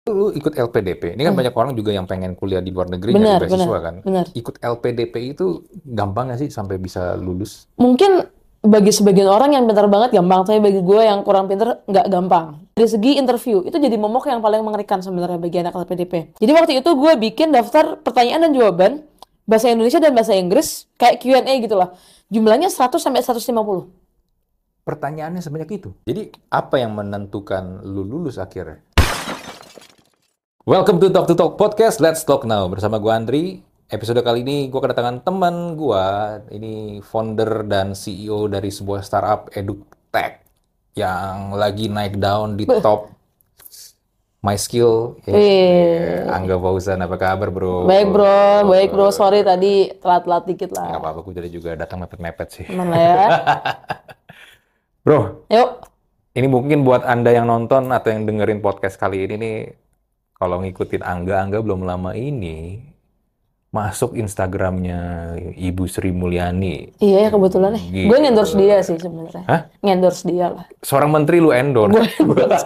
Lu ikut LPDP. Ini kan banyak orang juga yang pengen kuliah di luar negeri nyari Benar, benar, beasiswa kan. benar. Ikut LPDP itu gampang nggak sih sampai bisa lulus? Mungkin bagi sebagian orang yang pintar banget gampang, tapi bagi gue yang kurang pintar nggak gampang. Dari segi interview, itu jadi momok yang paling mengerikan sebenarnya bagi anak LPDP. Jadi waktu itu gue bikin daftar pertanyaan dan jawaban, bahasa Indonesia dan bahasa Inggris, kayak Q&A gitu lah. Jumlahnya 100 sampai 150. Pertanyaannya sebanyak itu. Jadi apa yang menentukan lu lulus akhirnya? Welcome to Talk Podcast. Let's Talk Now. Bersama gue Andri. Episode kali ini gue kedatangan teman gue. Ini founder dan CEO dari sebuah startup EdukTech yang lagi naik daun di top My Skill. Angga Fauzan, apa kabar bro? Baik bro. Sorry tadi telat-telat dikit Nggak lah. apa-apa, gue jadi juga datang mepet-mepet sih. Aman lah ya. Bro, Yuk. ini mungkin buat Anda yang nonton atau yang dengerin podcast kali ini nih, kalau ngikutin Angga belum lama ini masuk Instagramnya Ibu Sri Mulyani. Iya ya kebetulan nih. Gue Gitu. ngendorse dia sih sebenarnya. Hah? Ngendorse dia lah. Seorang menteri lu endorse. Gue endorse.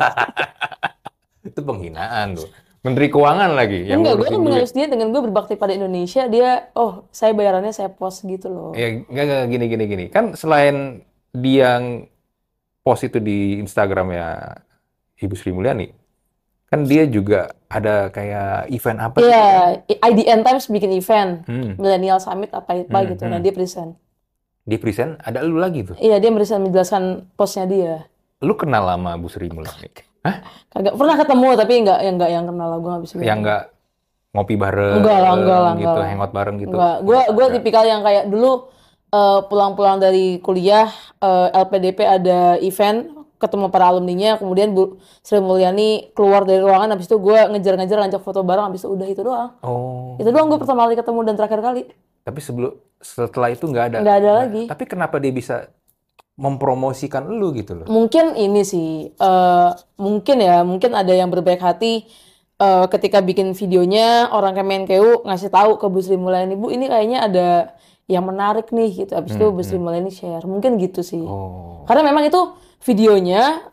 Itu penghinaan tuh. Menteri Keuangan lagi yang Enggak, gue ngurusin kan duit. mengurus dia dengan gue berbakti pada Indonesia. Dia, saya bayarannya saya post gitu loh. Ya, enggak, gini. Kan selain dia yang post itu di Instagram ya Ibu Sri Mulyani, kan dia juga ada kayak event apa gitu Iya, kan? IDN Times bikin event. Hmm. Millennial Summit apa gitu. Nah, Hmm. dia present. Di present ada lu lagi tuh. Iya, dia present menjelaskan postnya dia. Lu kenal sama Bu Sri Mulyani? Hah? Kagak pernah ketemu, tapi enggak yang kenal lah. Gue nggak bisa Yang bilang. nggak ngopi bareng Enggak lah. gitu, hangout bareng gitu? Enggak, gue Nggak. tipikal yang kayak dulu pulang-pulang dari kuliah LPDP ada event ketemu para alumninya, kemudian Bu Sri Mulyani keluar dari ruangan, habis itu gue ngejar-ngejar ngajak foto bareng, habis itu udah itu doang. Oh, Itu doang gue pertama kali ketemu dan terakhir kali. tapi setelah itu nggak ada. Nggak ada Nah, lagi. tapi kenapa dia bisa mempromosikan lu gitu loh? Mungkin ini sih, mungkin ada yang berbaik hati ketika bikin videonya orang Kemenkeu ngasih tahu ke Bu Sri Mulyani, Bu ini kayaknya ada yang menarik nih gitu. Habis itu Bu Sri Mulyani share, mungkin gitu sih. Oh, Karena memang itu videonya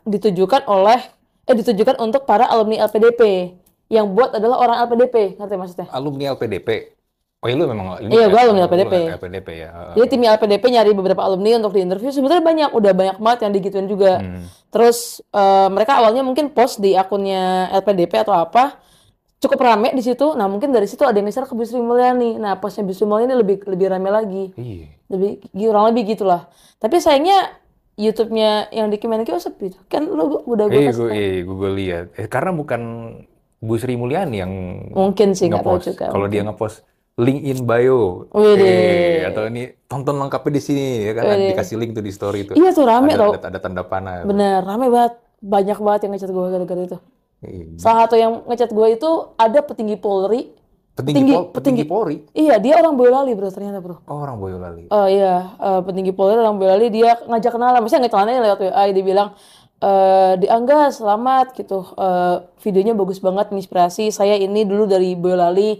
ditujukan untuk para alumni LPDP. Yang buat adalah orang LPDP, ngerti maksudnya? alumni LPDP. Oh iya, lu memang ini Iya, ya? gue alumni Lu LPDP. LPDP ya. Jadi tim LPDP nyari beberapa alumni untuk diinterview. Sebenarnya udah banyak banget yang digituin juga. Terus mereka awalnya mungkin post di akunnya LPDP atau apa, cukup rame di situ. Nah mungkin dari situ ada yang share ke Bu Sri Mulyani. Nah postnya Bu Sri Mulyani lebih rame lagi. Iya. Kurang lebih gitulah. Tapi sayangnya YouTube-nya yang di Kemenkeu sepi. Kan lu udah gue kasih tahu. Gue lihat. Karena bukan Bu Sri Mulyani yang Mungkin sih nggak tahu ngepost. juga. Kalau dia Mungkin. ngepost link in bio. Widih. Atau ini tonton lengkapnya di sini ya kan, Widih. dikasih link tuh di story itu. Iya tuh rame tau. Ada tanda panah. Bener rame banget. Banyak banget yang ngechat gue gara-gara itu. Iya. Salah satu yang ngechat gue itu ada petinggi Polri. Petinggi Polri. Iya, dia orang Boyolali bro ternyata bro. Oh, orang Boyolali. Iya, petinggi Polri orang Boyolali, dia ngajak kenalan. Maksudnya ngekenalannya lewat WA, dia bilang, Di Angga selamat gitu. Videonya bagus banget, menginspirasi. Saya ini dulu dari Boyolali,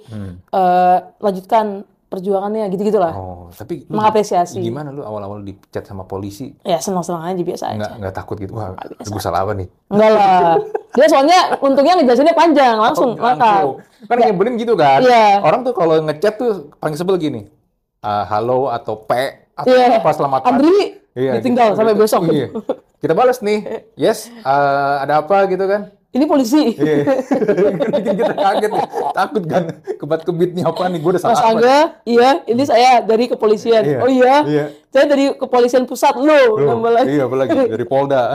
lanjutkan perjuangannya gitu-gitulah. Oh, tapi lu Mengapresiasi. gimana lu awal-awal dipecat sama polisi? Ya senang-senang aja biasa aja. Nggak takut gitu? Wah, gue salah apa nih? Enggak lah. Dia soalnya untungnya ngejelasinnya panjang, langsung Langsung. ngakak. Kan nyebelin gitu kan? Iya. Orang tuh kalau ngechat tuh paling sebel gini. Halo atau P atau Iya. apa selamat pagi. Andri Iya, ditinggal gitu. sampai besok. Iya. Kita balas nih. Yes, ada apa gitu kan? Ini polisi. Iya. Bikin kita kaget nih. Takut kan? Kebat-kebit nih apa nih? Gue udah Mas salah apa? Angga, iya, ini saya dari kepolisian. Iya. Oh iya, Iya. saya dari kepolisian pusat Loh, nambah lagi. iya, apalagi dari Polda.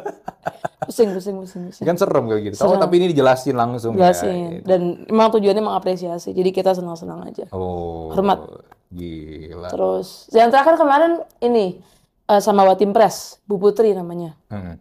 Pusing. Kan serem kayak gitu. Oh, tapi ini dijelasin langsung ya. Jelasin. Dan emang tujuannya mengapresiasi. Jadi kita senang-senang aja. Oh, Hormat. gila. Terus yang terakhir kemarin ini sama Watimpres, Bu Putri namanya.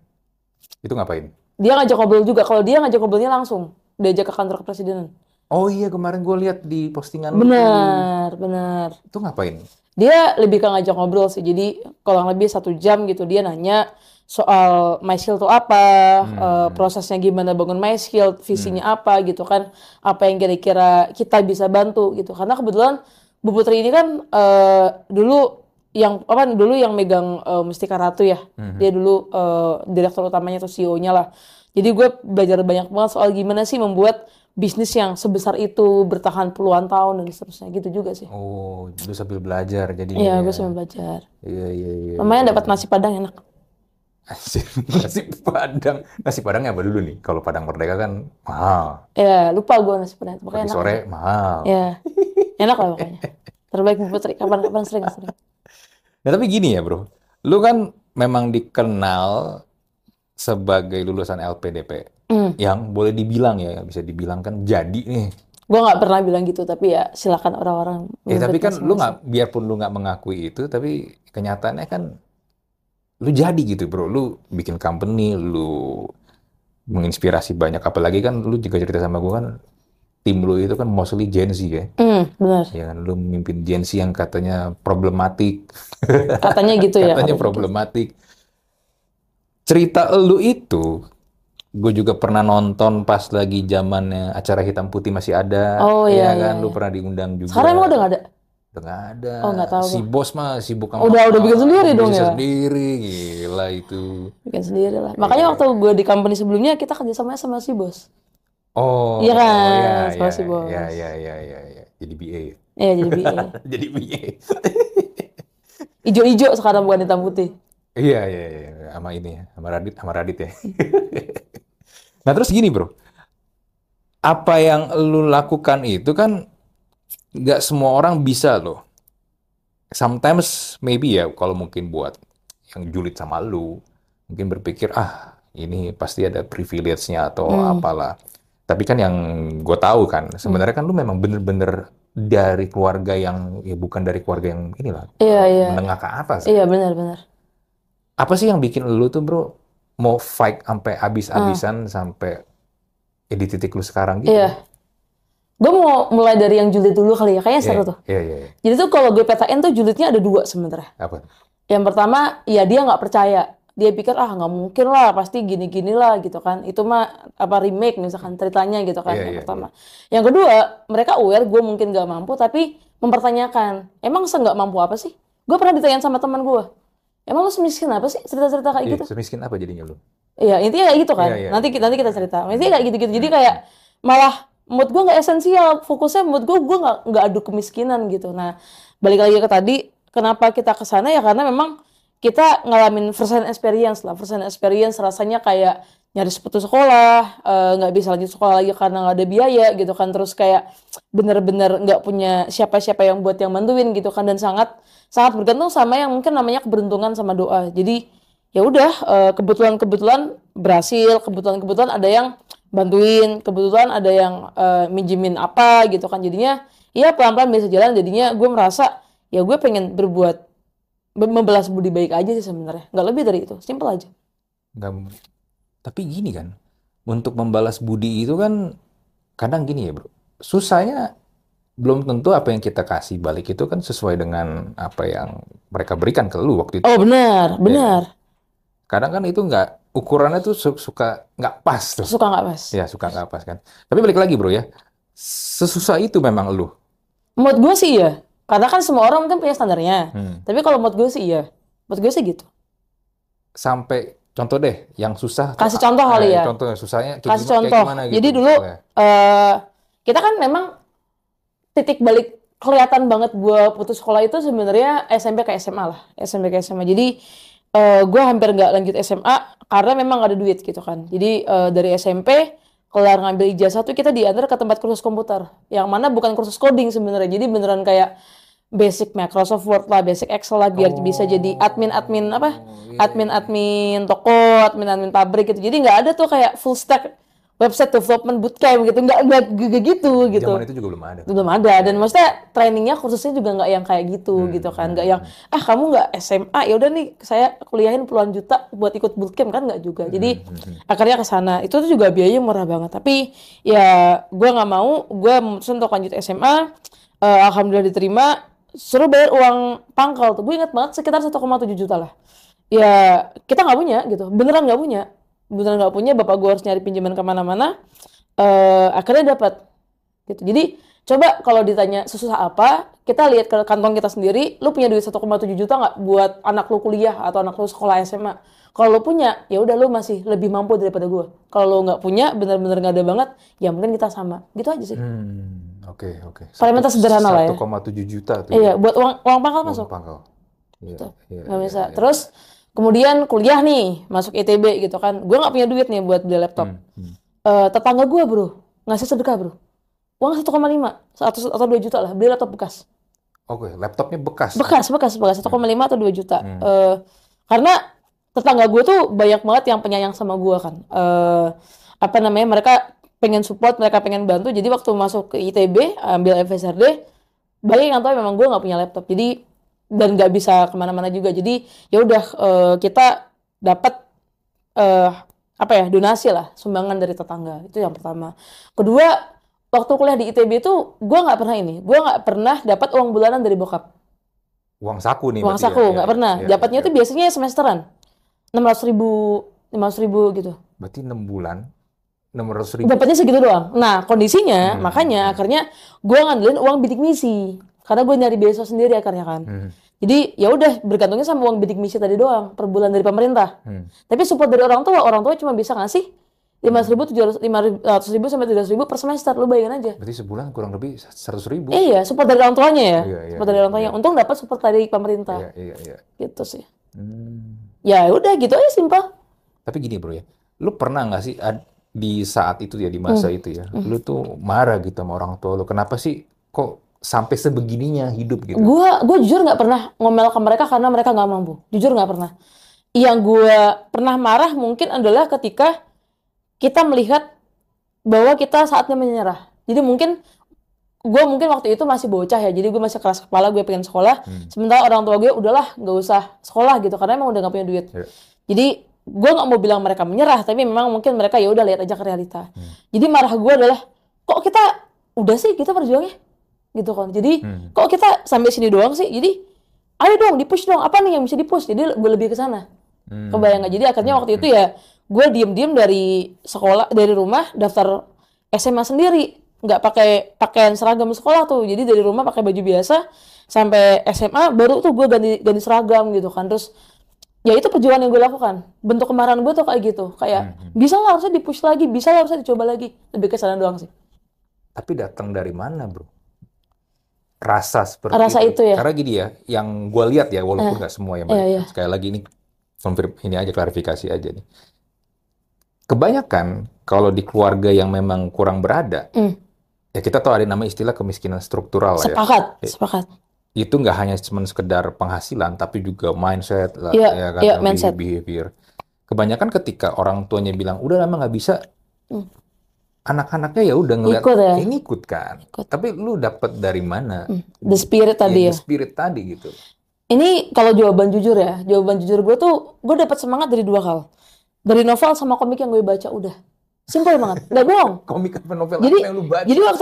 Itu ngapain? Dia ngajak ngobrol juga. Kalau dia ngajak ngobrolnya langsung diajak ke kantor kepresidenan. Oh iya, kemarin gue lihat di postingan lu. Benar. Itu ngapain? Dia lebih ke ngajak ngobrol sih. Jadi kurang lebih 1 jam gitu dia nanya soal MySkill itu apa, prosesnya gimana bangun MySkill, visinya apa gitu kan, apa yang kira-kira kita bisa bantu gitu. Karena kebetulan Bu Putri ini kan dulu yang megang Mustika Ratu ya. Dia dulu direktur utamanya atau CEO-nya lah. Jadi gue belajar banyak banget soal gimana sih membuat bisnis yang sebesar itu bertahan puluhan tahun dan seterusnya gitu juga sih. Oh, lu sambil belajar jadinya Iya, ya. gue sambil belajar. Iya, iya, iya, Lumayan iya. dapat nasi Padang enak. Anjir, nasi Padang. Nasi Padangnya apa dulu nih? Kalau Padang Merdeka kan mahal. Ya, lupa gue nasi Padang. Pokoknya Tapi enak sore aja. mahal. Ya, enak lah pokoknya. Terbaik Bu Putri. Kapan-kapan sering. Nah, tapi gini ya, bro. Lu kan memang dikenal sebagai lulusan LPDP. Yang boleh dibilang ya, bisa dibilang kan jadi nih. Gue nggak pernah bilang gitu, tapi ya silakan orang-orang Tapi menurut kan lu masing-masing. nggak, biarpun lu nggak mengakui itu, tapi kenyataannya kan lu jadi gitu, bro. Lu bikin company, lu menginspirasi banyak. Apalagi kan lu juga cerita sama gue kan, tim lu itu kan mostly Gen Z ya. Benar. Ya kan, lu memimpin Gen Z yang katanya problematik. Katanya gitu ya, Katanya katanya gitu. problematik. Cerita lu itu, gue juga pernah nonton pas lagi zamannya acara Hitam Putih masih ada. Oh Ya iya, iya, kan, lu iya. pernah diundang juga. Sekarang emang udah nggak ada? Udah nggak ada. Oh, nggak tahu Si gue. bos mah sibuk sama Udah bikin sendiri dong bisnisnya ya. sendiri. Gila itu. Bikin sendiri lah. Makanya waktu gue di company sebelumnya, kita kerjasamanya sama si bos. Oh, Iya kan, ya, sama ya, si bos. ya, ya, ya, ya, ya. Jadi BA. Iya, jadi BA. Jadi BA. Ijo-ijo sekarang bukan hitam putih. Iya, iya, iya. Sama ini ya, sama Radit ya. Nah, terus gini, bro. Apa yang lu lakukan itu kan nggak semua orang bisa loh. Sometimes maybe ya, kalau mungkin buat yang julid sama lu, mungkin berpikir, ini pasti ada privilege-nya atau apalah. Tapi kan yang gue tahu kan, sebenarnya kan lu memang bener-bener dari keluarga yang, ya bukan dari keluarga yang inilah, Iya, iya. menengah ke atas. Iya, benar-benar. Apa sih yang bikin lu tuh, bro, mau fight sampai abis-abisan sampai di titik lu sekarang gitu? Iya. Gue mau mulai dari yang julid dulu kali ya. Kayaknya seru tuh. Iya, iya, iya. Jadi tuh kalau gue petain tuh julidnya ada dua sebenarnya. Apa? Yang pertama, ya dia nggak percaya. Dia pikir, nggak mungkin lah, pasti gini-gini lah gitu kan. Itu mah apa remake misalkan ceritanya gitu kan, Iya, yang iya, pertama. Yang kedua, mereka aware gue mungkin nggak mampu, tapi mempertanyakan, emang nggak mampu apa sih? Gue pernah ditanyain sama teman gue, emang lu semiskin apa sih? Cerita-cerita kayak Iya, gitu. semiskin apa jadinya lu? Iya, intinya kayak gitu kan. Iya, iya, Nanti iya. nanti kita cerita. Intinya kayak gitu-gitu. Jadi kayak malah mood gue nggak esensial. Fokusnya mood gue nggak adu kemiskinan gitu. Nah, balik lagi ke tadi, kenapa kita ke sana ya karena memang kita ngalamin first hand experience lah. First hand experience rasanya kayak nyaris putus sekolah, nggak bisa lanjut sekolah lagi karena nggak ada biaya gitu kan. Terus kayak bener-bener nggak punya siapa-siapa yang buat yang bantuin gitu kan. Dan sangat sangat bergantung sama yang mungkin namanya keberuntungan sama doa. Jadi ya udah, kebetulan berhasil, kebetulan ada yang bantuin, kebetulan ada yang minjemin apa gitu kan. Jadinya ya pelan-pelan bisa jalan. Jadinya gue merasa ya gue pengen membalas budi baik aja sih sebenarnya, nggak lebih dari itu, simple aja. Nggak, tapi gini kan, untuk membalas budi itu kan kadang gini ya, bro. Susahnya belum tentu apa yang kita kasih balik itu kan sesuai dengan apa yang mereka berikan ke lu waktu itu. Oh benar. Kadang kan itu nggak, ukurannya tuh suka nggak pas tuh. Suka nggak pas. Ya, suka nggak pas kan. Tapi balik lagi, bro ya, sesusah itu memang lu. Menurut gue sih iya, karena kan semua orang mungkin punya standarnya. Tapi kalau menurut gue sih iya, menurut gue sih gitu. Sampai contoh deh, yang susah tuh, Kasih contoh kali ya. contoh susahnya Kasih kayak contoh. gimana gitu. Jadi dulu misalnya. kita kan memang titik balik kelihatan banget gue putus sekolah itu sebenarnya SMP ke SMA lah, SMP ke SMA. Jadi gue hampir nggak lanjut SMA karena memang nggak ada duit gitu kan. Jadi dari SMP kelar ngambil ijazah tuh kita diantar ke tempat kursus komputer, yang mana bukan kursus coding sebenarnya. Jadi beneran kayak basic Microsoft Word lah, basic Excel lah, biar bisa jadi admin apa, admin toko, admin pabrik gitu. Jadi nggak ada tuh kayak full stack website development bootcamp gitu, nggak gitu. Zaman itu juga belum ada. Belum ada. Dan maksudnya trainingnya kursusnya juga nggak yang kayak gitu gitu kan, nggak yang kamu nggak SMA ya udah nih saya kuliahin puluhan juta buat ikut bootcamp, kan nggak juga. Jadi akhirnya ke sana itu tuh juga biayanya murah banget, tapi ya gue nggak mau, gue memutuskan untuk lanjut SMA. Alhamdulillah diterima, suruh bayar uang pangkal tuh, gue ingat banget sekitar 1,7 juta lah. Ya kita nggak punya gitu, beneran nggak punya, bapak gue harus nyari pinjaman kemana-mana. Akhirnya dapat gitu. Jadi Coba kalau ditanya sesusah apa, kita lihat ke kantong kita sendiri, lu punya duit 1,7 juta nggak buat anak lu kuliah atau anak lu sekolah SMA? Kalau lu punya, ya udah lu masih lebih mampu daripada gue. Kalau lu nggak punya, bener-bener nggak ada banget, ya mungkin kita sama. Gitu aja sih. Oke. Parameter sederhana lah ya. 1,7 juta tuh. Iya, buat uang pangkal masuk. Pangkal. Iya, Tuh, iya, nggak iya, bisa. iya. Terus kemudian kuliah nih, masuk ITB gitu kan. Gue nggak punya duit nih buat beli laptop. Tetangga gue bro, ngasih sedekah bro. Uang 1,5 atau 2 juta lah, beli laptop bekas. Oke, laptopnya bekas. Bekas 1,5 atau 2 juta. Karena tetangga gue tuh banyak banget yang penyayang sama gue kan. Apa namanya, mereka pengen support, mereka pengen bantu. Jadi waktu masuk ke ITB, ambil FSRD, banyak yang tahu memang gue nggak punya laptop. Jadi dan nggak bisa kemana-mana juga. Jadi ya udah kita dapat apa ya, donasi lah, sumbangan dari tetangga. Itu yang pertama. Kedua, waktu kuliah di ITB itu gue nggak pernah dapat uang bulanan dari bokap. Uang saku nih. Uang berarti saku ya? nggak pernah. Dapatnya itu biasanya semesteran, 600.000, 500.000 gitu. Berarti 6 bulan, 600.000. Dapatnya segitu doang. Nah kondisinya makanya akhirnya gue ngandelin uang bidik misi karena gue nyari beasiswa sendiri akhirnya kan. Jadi ya udah bergantungnya sama uang bidik misi tadi doang per bulan dari pemerintah. Tapi support dari orang tua cuma bisa ngasih 500.000 sampai 700.000 per semester. Lu bayangin aja. Berarti sebulan kurang lebih 100.000. Iya, support dari orang tuanya ya. Iya, Support dari orang tuanya. Untung dapat support dari pemerintah. Iya. Gitu sih. Ya udah gitu aja simpel. Tapi gini bro ya, lu pernah nggak sih di saat itu ya, di masa itu ya, lu tuh marah gitu sama orang tua lu, kenapa sih kok sampai sebegininya hidup gitu? Gue jujur nggak pernah ngomel ke mereka karena mereka nggak mampu. Jujur nggak pernah. Yang gue pernah marah mungkin adalah ketika kita melihat bahwa kita saatnya menyerah. Jadi mungkin waktu itu masih bocah ya, jadi gue masih keras kepala, gue pengen sekolah. Sementara orang tua gue udahlah nggak usah sekolah gitu karena emang udah nggak punya duit. Jadi gue nggak mau bilang mereka menyerah, tapi memang mungkin mereka ya udah lihat aja ke realita. Jadi marah gue adalah kok kita udah sih kita berjuangnya gitu kan. Jadi kok kita sampai sini doang sih. Jadi ayo dong di-push dong. Apa nih yang bisa di-push? Jadi gue lebih ke sana. Kebayang nggak? Jadi akhirnya waktu itu ya gue diem-diem dari sekolah, dari rumah daftar SMA sendiri, nggak pakai pakaian seragam sekolah tuh. Jadi dari rumah pakai baju biasa sampai SMA baru tuh gue ganti seragam gitu kan. Terus ya itu perjuangan yang gue lakukan. Bentuk kemarahan gue tuh kayak gitu, kayak bisa lah harusnya di-push lagi, bisa lah harusnya dicoba lagi. Lebih ke sana doang sih. Tapi datang dari mana bro? Rasa seperti itu ya. Karena gini ya, yang gue lihat ya, walaupun nggak semua ya, sekali lagi ini aja klarifikasi aja nih. Kebanyakan kalau di keluarga yang memang kurang berada, ya kita tahu ada nama istilah kemiskinan struktural lah ya. Sepakat. Itu nggak hanya cuma sekedar penghasilan, tapi juga mindset lah, ya kan, mindset. behavior. Kebanyakan ketika orang tuanya bilang, udah lama nggak bisa, anak-anaknya ya udah ngeliat, ngikut kan. Tapi lu dapet dari mana? The spirit tadi ya. The spirit tadi gitu. Ini kalau jawaban jujur gue tuh, gue dapat semangat dari 2 hal. Dari novel sama komik yang gue baca udah. Simpel banget, nggak bohong. Komik apa novel jadi, apa yang lu baca? Jadi waktu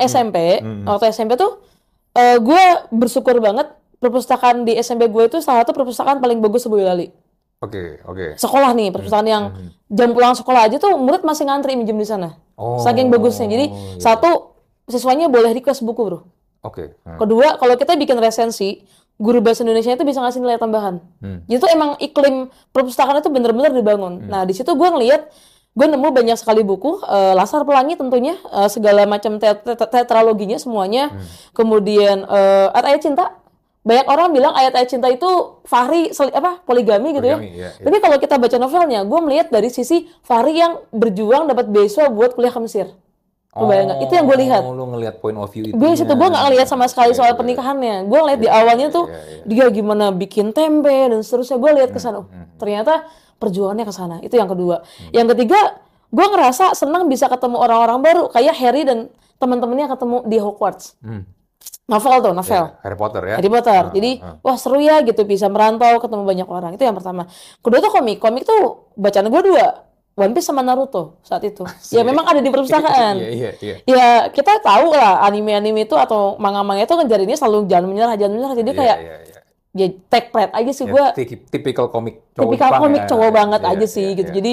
SMP tuh, gue bersyukur banget perpustakaan di SMP gue itu salah satu perpustakaan paling bagus se-Boyolali. Oke. Sekolah nih, perpustakaan yang jam pulang sekolah aja tuh murid masih ngantri minjem di sana. Saking bagusnya. Jadi satu, siswanya boleh request buku bro. Kedua, kalau kita bikin resensi, guru bahasa Indonesia itu bisa ngasih nilai tambahan. Jadi tuh emang iklim perpustakaan itu bener-bener dibangun. Nah di situ gue ngeliat, gue nemu banyak sekali buku, Laskar Pelangi tentunya, segala macam tetraloginya semuanya. Kemudian ayat-ayat cinta. Banyak orang bilang ayat-ayat cinta itu Fahri poligami gitu ya. Tapi kalau kita baca novelnya, gue melihat dari sisi Fahri yang berjuang dapat beasiswa buat kuliah ke Mesir. Kebayang nggak? Itu yang gue lihat. Lu ngelihat point of view itu. Gue situ gue nggak ngelihat sama sekali soal pernikahannya. Gue ngeliat di awalnya tuh dia gimana bikin tempe dan seterusnya. Gue lihat ke sana. Ternyata perjuangannya ke sana. Itu yang kedua. Yang ketiga, gue ngerasa senang bisa ketemu orang-orang baru kayak Harry dan teman-temannya ketemu di Hogwarts. Novel. Harry Potter ya. Harry Potter. Jadi wah seru ya gitu bisa merantau ketemu banyak orang. Itu yang pertama. Kedua tuh komik. Komik tuh bacaan gue 2. One Piece sama Naruto saat itu. Ya memang ada di perpustakaan. Ya kita tahu lah anime-anime itu atau manga-manga itu kan jadinya selalu jangan menyerah. Jadi kayak ya take pride aja sih gue. Typical komik cowok banget aja sih gitu. Jadi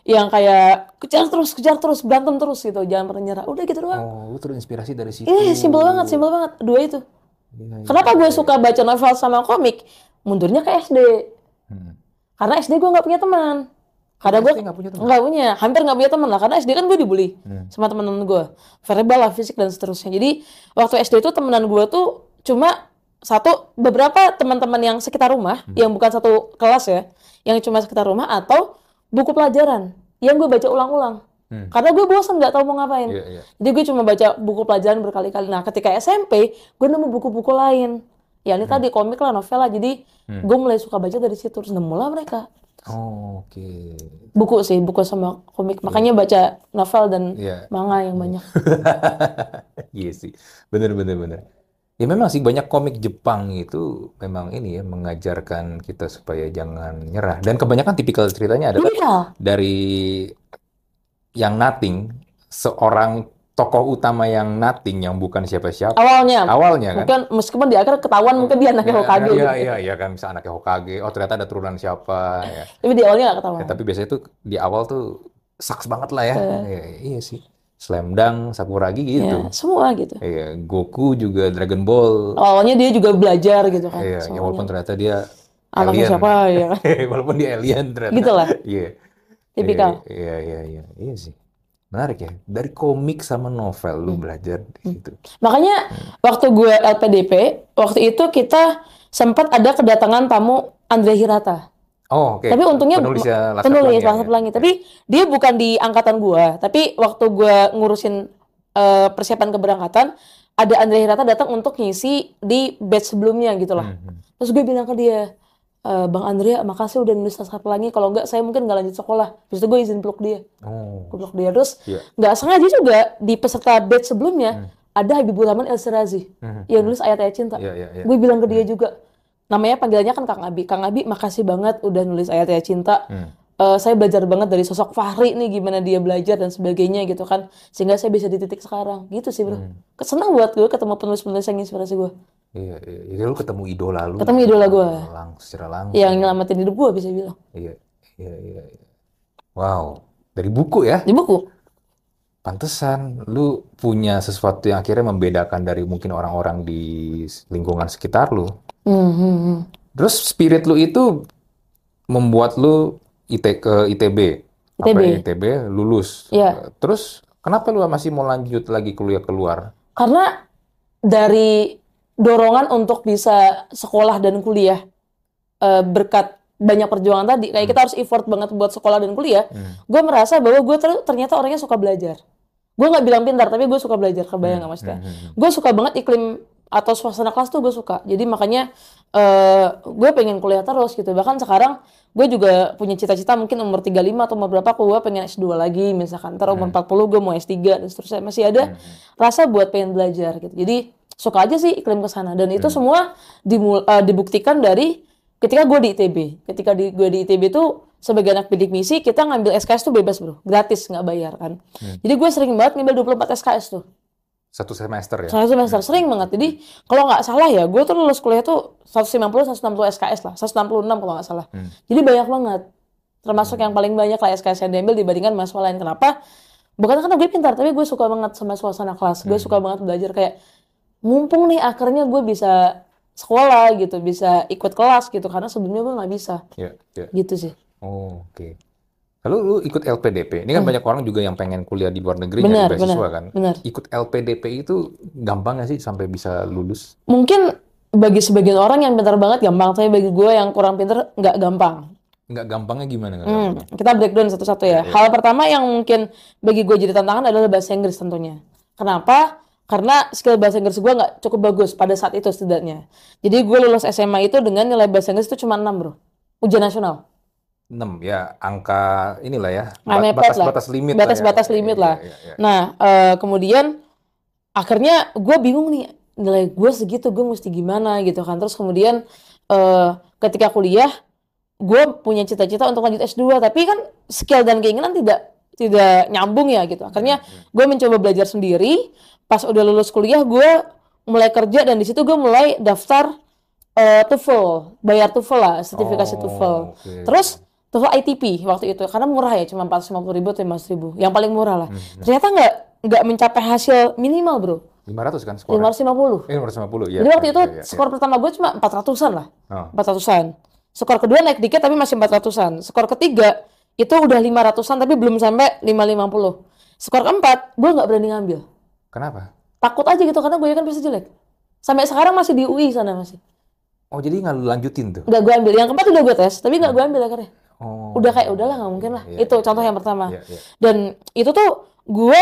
yang kayak kejar terus, berantem terus gitu, jangan pernah nyerah. Udah gitu doang. Oh, lu terinspirasi dari situ. Simpel banget, dua itu. Iya, iya, Kenapa gue iya. suka baca novel sama komik? Mundurnya ke SD. Hmm. Karena SD gue nggak punya teman. Karena gue SD nggak punya teman? nggak punya, hampir nggak punya teman lah. Karena SD kan gue dibully sama teman-teman gue, verbal lah, fisik dan seterusnya. Jadi waktu SD itu temenan gue tuh cuma beberapa teman-teman yang sekitar rumah, yang bukan satu kelas ya, yang cuma sekitar rumah atau buku pelajaran yang gue baca ulang-ulang. Karena gue bosan nggak tahu mau ngapain. Iya, iya. Jadi gue cuma baca buku pelajaran berkali-kali. Nah ketika SMP gue nemu buku-buku lain. Ya ini tadi komik lah, novel lah. Jadi gue mulai suka baca dari situ. Terus nemu lah mereka. Oh, oke. Buku sama komik. Makanya baca novel dan Iya. manga yang banyak. Iya sih, bener. Ya memang sih banyak komik Jepang itu memang ini ya mengajarkan kita supaya jangan nyerah. Dan kebanyakan tipikal ceritanya adalah Iya. dari yang nothing, seorang tokoh utama yang nothing, yang bukan siapa-siapa. Awalnya Awalnya kan. mungkin meskipun di akhir ketahuan mungkin dia anaknya Hokage gitu. Iya kan, bisa anaknya Hokage. Oh ternyata ada turunan siapa ya. Tapi di awalnya nggak ketahuan. Tapi biasanya tuh di awal tuh sucks banget lah ya. Iya sih. Slam Dunk, Sakuragi gitu. Ya, semua gitu. Iya, Goku juga Dragon Ball. Awalnya dia juga belajar gitu kan. Iya, ya semuanya. walaupun ternyata dia Anaknya alien. siapa ya. Walaupun dia alien ternyata. Gitu lah. Iya. Tipikal. Iya sih. Menarik ya. Dari komik sama novel lu belajar di situ. Makanya waktu gue LPDP, waktu itu kita sempat ada kedatangan tamu Andre Hirata. Oh, oke. Tapi untungnya Penulis Laskar penulis Pelangi, Laskar ya. Pelangi. Tapi dia bukan di angkatan gua. Tapi waktu gua ngurusin persiapan keberangkatan, ada Andre Hirata datang untuk ngisi di batch sebelumnya gitu lah. Terus gue bilang ke dia, Bang Andrea, makasih udah nulis Laskar Pelangi. Kalau enggak, saya mungkin nggak lanjut sekolah. Terus itu gue izin peluk dia. Oh. Gue peluk dia. Terus Iya. nggak sengaja juga di peserta batch sebelumnya ada Habibur Rahman El Sirazi yang nulis Ayat-Ayat Cinta. Iya. Gue bilang ke dia juga. Namanya panggilannya kan Kang Abi. Kang Abi, makasih banget udah nulis Ayat-Ayat Cinta. Saya belajar banget dari sosok Fahri nih, gimana dia belajar dan sebagainya gitu kan. Sehingga saya bisa di titik sekarang. Gitu sih bro. Senang buat gue ketemu penulis-penulis yang inspirasi gue. Iya. Jadi lu ketemu idola lu. Ketemu idola gue. Secara langsung. Yang nyelamatin hidup gue bisa bilang. Iya. Wow. Dari buku ya? Di buku. Pantesan lu punya sesuatu yang akhirnya membedakan dari mungkin orang-orang di lingkungan sekitar lu. Terus spirit lu itu membuat lu ke ITB. Sampai ITB lulus. Iya. Terus kenapa lu masih mau lanjut lagi kuliah keluar? Karena dari dorongan untuk bisa sekolah dan kuliah berkat banyak perjuangan tadi, kayak kita harus effort banget buat sekolah dan kuliah. Gue merasa bahwa gue ternyata orangnya suka belajar. Gue nggak bilang pintar, tapi gue suka belajar. Kebayang nggak maksudnya? Gue suka banget iklim atau suasana kelas tuh gue suka. Jadi makanya gue pengen kuliah terus gitu. Bahkan sekarang gue juga punya cita-cita mungkin umur 35 atau umur berapa gue pengen S2 lagi misalkan. Ntar umur 40 gue mau S3 dan seterusnya. Masih ada rasa buat pengen belajar gitu. Jadi suka aja sih iklim kesana. Dan itu semua dibuktikan dari ketika gue di ITB. Ketika gue di ITB tuh sebagai anak bidik misi, kita ngambil SKS tuh bebas bro. Gratis, nggak bayar kan. Jadi gue sering banget ngambil 24 SKS tuh. Satu semester ya? Satu semester, sering banget. Jadi kalau nggak salah ya, gue tuh lulus kuliah tuh 150-160 SKS lah. 166 kalau nggak salah. Jadi banyak banget. Termasuk yang paling banyak lah SKS yang diambil dibandingkan mahasiswa lain. Kenapa? Bukan karena gue pintar, tapi gue suka banget sama suasana kelas. Gue suka banget belajar kayak, mumpung nih akhirnya gue bisa sekolah gitu, bisa ikut kelas gitu. Karena sebelumnya gue nggak bisa. Iya. Gitu sih. Oh, oke. Lalu lu ikut LPDP. Ini kan banyak orang juga yang pengen kuliah di luar negeri nyari beasiswa kan. Benar. Ikut LPDP itu gampang nggak sih sampai bisa lulus? Mungkin bagi sebagian orang yang pintar banget gampang, tapi bagi gue yang kurang pintar nggak gampang. Nggak gampangnya gimana? Nggak gampang? Kita breakdown satu-satu ya. Hal pertama yang mungkin bagi gue jadi tantangan adalah bahasa Inggris tentunya. Kenapa? Karena skill bahasa Inggris gue nggak cukup bagus pada saat itu setidaknya. Jadi gue lulus SMA itu dengan nilai bahasa Inggris itu cuma 6 bro. Ujian nasional. 6 ya, angka inilah ya, Mepet lah. batas limit Batas limit lah. Iya. Nah, kemudian akhirnya gue bingung nih, nilai gue segitu, gue mesti gimana gitu kan. Terus kemudian ketika kuliah, gue punya cita-cita untuk lanjut S2, tapi kan skill dan keinginan tidak nyambung ya gitu. Akhirnya gue mencoba belajar sendiri. Pas udah lulus kuliah, gue mulai kerja dan di situ gue mulai daftar TOEFL, bayar TOEFL lah, sertifikasi TOEFL. Okay. Terus TOEFL ITP waktu itu karena murah ya, cuma 450.000 atau 500.000 yang paling murah lah. Ternyata nggak mencapai hasil minimal bro. 500 kan skornya? 550. 550 ya. Jadi waktu itu skor pertama gue cuma 400-an lah. 400-an. Skor kedua naik dikit tapi masih 400-an. Skor ketiga itu udah 500-an tapi belum sampai 550. Skor keempat gue nggak berani ngambil. Kenapa? Takut aja gitu karena gue kan bisa jelek. Sampai sekarang masih di UI sana masih. Oh jadi nggak lu lanjutin tuh? Nggak gue ambil. Yang keempat udah gue tes tapi nggak gue ambil akhirnya. Oh. Udah kayak udahlah nggak mungkin lah. Itu contoh yang pertama. Iya. Dan itu tuh gue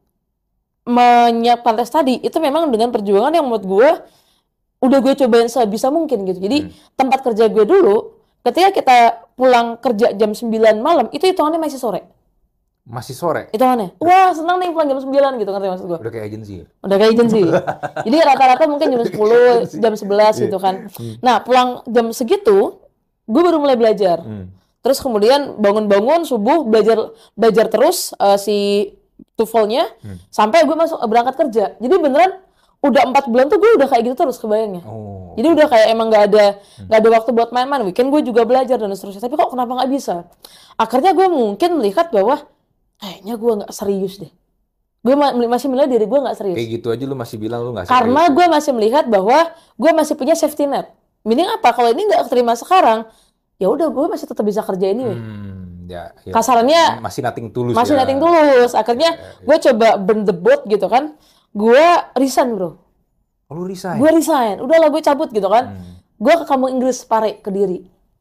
menyiapkan tes tadi itu memang dengan perjuangan yang menurut gue udah gue cobain sebisa mungkin gitu. Jadi tempat kerja gue dulu ketika kita pulang kerja jam 9 malam itu hitungannya masih sore. Masih sore? Hitungannya. Wah senang nih pulang jam 9 gitu, ngerti maksud gue? Udah kayak agensi. Udah kayak agensi. Jadi rata-rata mungkin jam 10, jam 11 gitu kan. Nah pulang jam segitu gue baru mulai belajar. Terus kemudian bangun-bangun subuh belajar terus si TOEFL-nya sampai gue berangkat kerja. Jadi beneran udah 4 bulan tuh gue udah kayak gitu terus kebayangnya. Jadi udah kayak emang nggak ada waktu buat main-main. Weekend gue juga belajar dan seterusnya. Tapi kok kenapa nggak bisa? Akhirnya gue mungkin melihat bahwa kayaknya gue nggak serius deh. Gue masih melihat diri gue nggak serius. Kayak gitu aja lu masih bilang lu nggak serius. Karena gue masih melihat bahwa gue masih punya safety net. Meaning apa? Kalau ini nggak terima sekarang, ya udah gue masih tetap bisa kerja ini. Ya. Kasarannya masih nothing tulus. Nothing tulus. Akhirnya gue coba burn the boat gitu kan. Gue resign bro. Oh, lu resign? Gue resign. Udahlah gue cabut gitu kan. Gue ke kampung Inggris Pare, Kediri.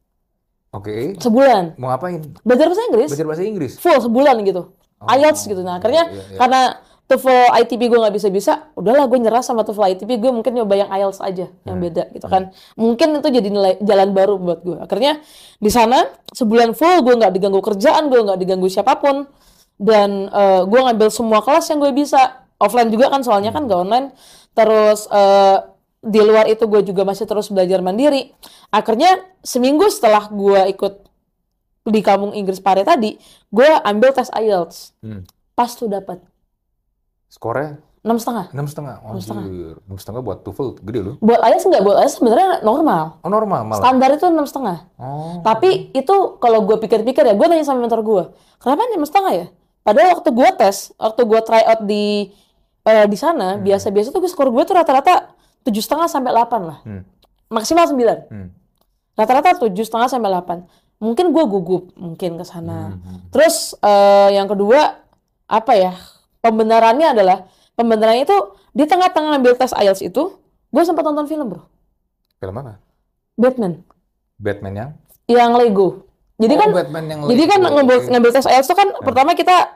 Oke. Sebulan. Mau ngapain? Belajar bahasa Inggris. Belajar bahasa Inggris? Full sebulan gitu. IELTS gitu. Nah akhirnya karena TOEFL ITP gue nggak bisa-bisa, udahlah gue nyerah sama TOEFL ITP, gue mungkin nyoba yang IELTS aja, yang beda gitu kan. Mungkin itu jadi jalan baru buat gue. Akhirnya di sana sebulan full gue nggak diganggu kerjaan, gue nggak diganggu siapapun, dan gue ngambil semua kelas yang gue bisa. Offline juga kan soalnya kan nggak online. Terus di luar itu gue juga masih terus belajar mandiri. Akhirnya seminggu setelah gue ikut di kampung Inggris Pare tadi, gue ambil tes IELTS. Pas tuh dapat. Skornya? 6,5. 6,5. Anjir. 6,5 buat TOEFL gede loh. Buat IELTS enggak, buat IELTS sebenarnya normal. Oh normal malah? Standar itu 6,5. Tapi itu kalau gue pikir-pikir ya, gue nanya sama mentor gue, kenapa 6,5 ya? Padahal waktu gue tes, waktu gue try out di sana, biasa-biasa tuh skor gue tuh rata-rata 7,5 sampai 8 lah. Maksimal 9. Rata-rata 7,5 sampai 8. Mungkin gue gugup mungkin ke sana. Terus yang kedua apa ya? Pembenarannya itu di tengah-tengah ambil tes IELTS itu, gue sempat nonton film, bro. Film apa? Batman. Batman yang? Yang Lego. Jadi Batman yang jadi Lego. kan ngambil tes IELTS itu kan pertama kita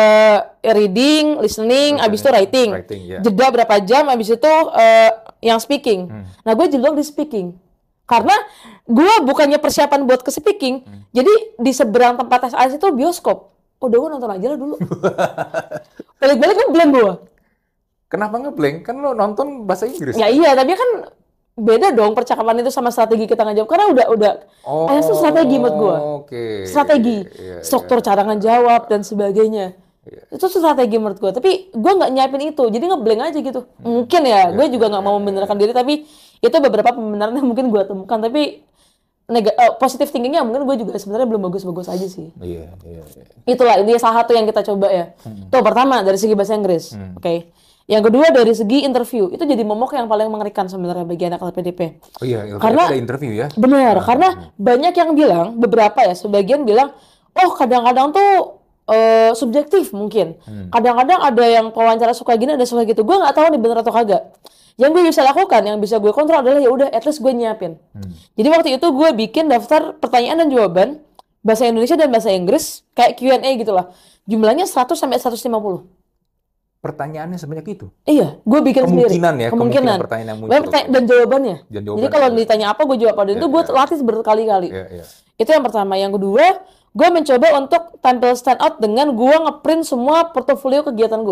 reading, listening, abis itu writing. Jeda berapa jam, abis itu yang speaking. Nah gue jedong di speaking. Karena gue bukannya persiapan buat ke speaking, jadi di seberang tempat tes IELTS itu bioskop. Udah gue nonton aja lah dulu. Balik-balik kan blank gue. Kenapa ngeblank? Kan lo nonton bahasa Inggris. Ya iya, tapi kan beda dong percakapan itu sama strategi kita ngejawab. Karena udah IELTS itu strategi menurut gue. Strategi, struktur cara ngejawab dan sebagainya. Itu strategi menurut gue. Tapi gue nggak nyiapin itu, jadi ngeblank aja gitu. Mungkin ya, gue juga nggak mau membenarkan diri, tapi itu beberapa pembenaran yang mungkin gue temukan. Tapi positive thinkingnya mungkin gue juga sebenarnya belum bagus-bagus aja sih. Iya. Itulah intinya salah satu yang kita coba ya. Tuh pertama dari segi bahasa Inggris, oke. Yang kedua dari segi interview, itu jadi momok yang paling mengerikan sebenarnya bagi anak LPDP. Oh iya, karena ada interview ya? Benar, karena banyak yang bilang, beberapa ya, sebagian bilang, oh kadang-kadang tuh subjektif mungkin. Kadang-kadang ada yang wawancara suka gini, ada suka gitu. Gue nggak tahu nih bener atau kagak. Yang gue bisa lakukan, yang bisa gue kontrol adalah ya udah, at least gue nyiapin. Jadi waktu itu gue bikin daftar pertanyaan dan jawaban bahasa Indonesia dan bahasa Inggris kayak Q&A gitulah. Jumlahnya 100 sampai 150. Pertanyaannya sebanyak itu? Iya, gue bikin sendiri. Kemungkinan pertanyaan yang muncul. Dan jawabannya. Jadi kalau ditanya apa gue jawab apa. Dan itu gue latih berkali-kali. Itu yang pertama. Yang kedua, gue mencoba untuk tampil stand out dengan gue ngeprint semua portofolio kegiatan gue.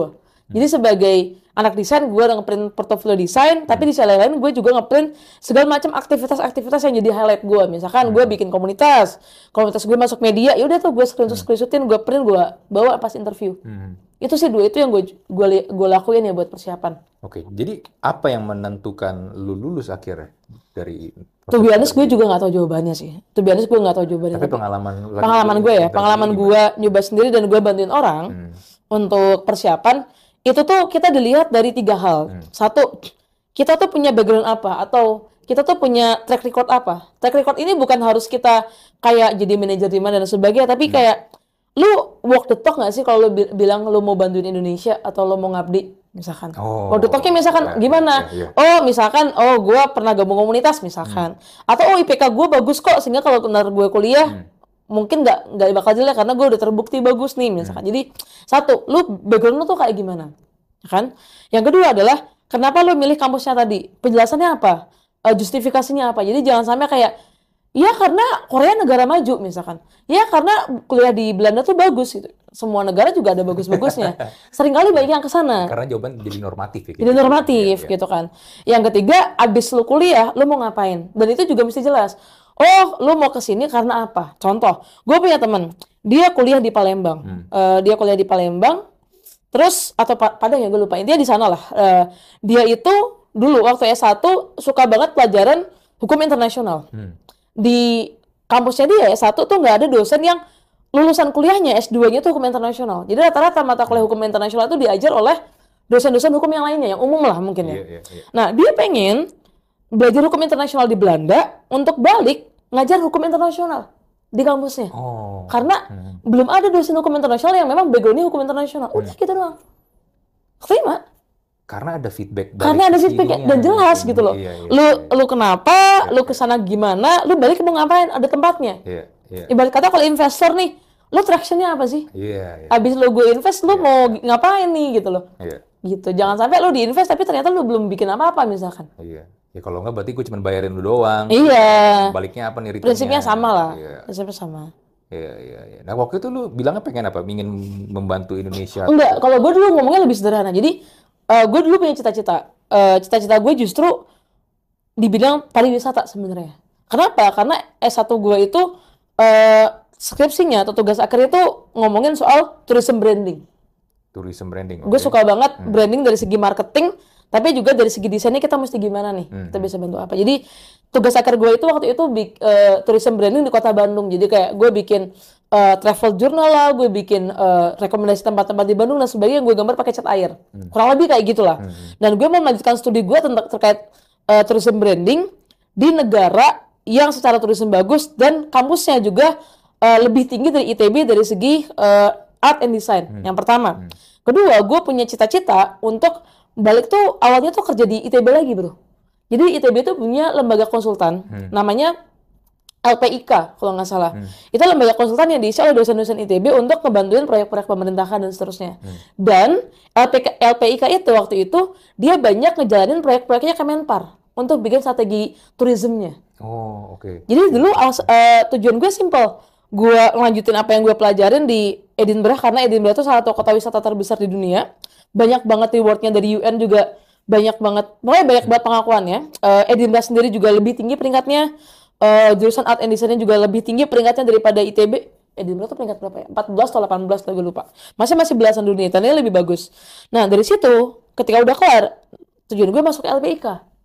Jadi sebagai anak desain, gue udah ngeprint portofolio desain, tapi di sisi lain gue juga ngeprint segala macam aktivitas-aktivitas yang jadi highlight gue. Misalkan gue bikin komunitas gue masuk media, ya udah tuh gue screenshotin, gue print, gue bawa pas interview. Itu sih dua itu yang gue lakuin ya buat persiapan. Oke, jadi apa yang menentukan lu lulus akhirnya dari To be honest, gue juga nggak tahu jawabannya sih. To be honest, gue nggak tahu jawabannya. Tapi pengalaman gue ya, pengalaman gue nyoba sendiri dan gue bantuin orang untuk persiapan, itu tuh kita dilihat dari 3 hal. Satu, kita tuh punya background apa, atau kita tuh punya track record apa. Track record ini bukan harus kita kayak jadi manajer di mana dan sebagainya, tapi kayak lu walk the talk nggak sih kalau lu bilang lu mau bantuin Indonesia atau lu mau ngabdi misalkan. Walk the talknya misalkan gimana? Oh misalkan, gue pernah gabung komunitas misalkan. Atau IPK gue bagus kok sehingga kalau benar gue kuliah mungkin nggak bakal jelek karena gue udah terbukti bagus nih misalkan. Jadi satu, lu background lu tuh kayak gimana, kan? Yang kedua adalah kenapa lu milih kampusnya tadi? Penjelasannya apa? Justifikasinya apa? Jadi jangan sampai kayak ya karena Korea negara maju misalkan. Ya karena kuliah di Belanda tuh bagus gitu. Semua negara juga ada bagus-bagusnya. Seringkali banyak yang ke sana. Karena jawaban jadi normatif ya. Jadi normatif gitu kan. Yang ketiga, abis lu kuliah, lu mau ngapain? Dan itu juga mesti jelas. Oh, lu mau ke sini karena apa? Contoh, gue punya temen, dia kuliah di Palembang. Terus atau Padang ya gue lupa. Intinya di sana lah. Dia itu dulu waktu S1 suka banget pelajaran hukum internasional. Di kampusnya dia S1 tuh nggak ada dosen yang lulusan kuliahnya S2-nya tuh hukum internasional. Jadi rata-rata mata kuliah hukum internasional itu diajar oleh dosen-dosen hukum yang lainnya, yang umum lah mungkin ya. Nah, dia pengen belajar hukum internasional di Belanda untuk balik ngajar hukum internasional di kampusnya. Karena belum ada dosen hukum internasional yang memang background-nya hukum internasional. Udah gitu doang. Terima. Karena ada feedback dan jelas gitu loh. Lu kenapa, lu kesana gimana, lu balik mau ngapain, ada tempatnya. Ibarat kata kalau investor nih, lu traction-nya apa sih? Abis lu gue invest, lu mau ngapain nih gitu loh. Gitu. Jangan sampai lu diinvest tapi ternyata lu belum bikin apa-apa misalkan. Ya kalau enggak berarti gue cuma bayarin lu doang. Baliknya apa nih returnnya? Prinsipnya sama lah. Prinsipnya sama. Iya. Nah waktu itu lu bilangnya pengen apa? Ingin membantu Indonesia? Enggak, kalau gue dulu ngomongnya lebih sederhana. Jadi gue dulu punya cita-cita. Cita-cita gue justru di bidang pariwisata sebenarnya. Kenapa? Karena S1 gue itu skripsinya atau tugas akhir itu ngomongin soal tourism branding. Gue suka banget branding dari segi marketing, tapi juga dari segi desainnya kita mesti gimana nih, kita bisa bantu apa. Jadi tugas akhir gue itu waktu itu tourism branding di Kota Bandung. Jadi kayak gue bikin travel journal lah, gue bikin rekomendasi tempat-tempat di Bandung dan sebagainya, gue gambar pakai cat air. Kurang lebih kayak gitulah. Dan gue mau melanjutkan studi gue terkait tourism branding di negara yang secara tourism bagus dan kampusnya juga lebih tinggi dari ITB dari segi art and design. Yang pertama. Kedua, gue punya cita-cita untuk balik tuh awalnya tuh kerja di ITB lagi bro. Jadi ITB tuh punya lembaga konsultan, namanya LPIK kalau nggak salah. Itu lembaga konsultan yang diisi oleh dosen-dosen ITB untuk ngebantuin proyek-proyek pemerintahan dan seterusnya. Dan LPIK itu waktu itu dia banyak ngejalanin proyek-proyeknya Kemenpar untuk bikin strategi turismenya. Jadi dulu tujuan gue simple. Gue ngelanjutin apa yang gue pelajarin di Edinburgh karena Edinburgh itu salah satu kota wisata terbesar di dunia. Banyak banget reward-nya dari UN juga, banyak banget pengakuannya. Edinburgh sendiri juga lebih tinggi peringkatnya. Jurusan art and design juga lebih tinggi peringkatnya daripada ITB. Edinburgh tuh peringkat berapa ya? 14 atau 18 lah gue lupa. Masih belasan dunia, tandanya lebih bagus. Nah dari situ, ketika udah kelar, tujuan gue masuk ke LPIK,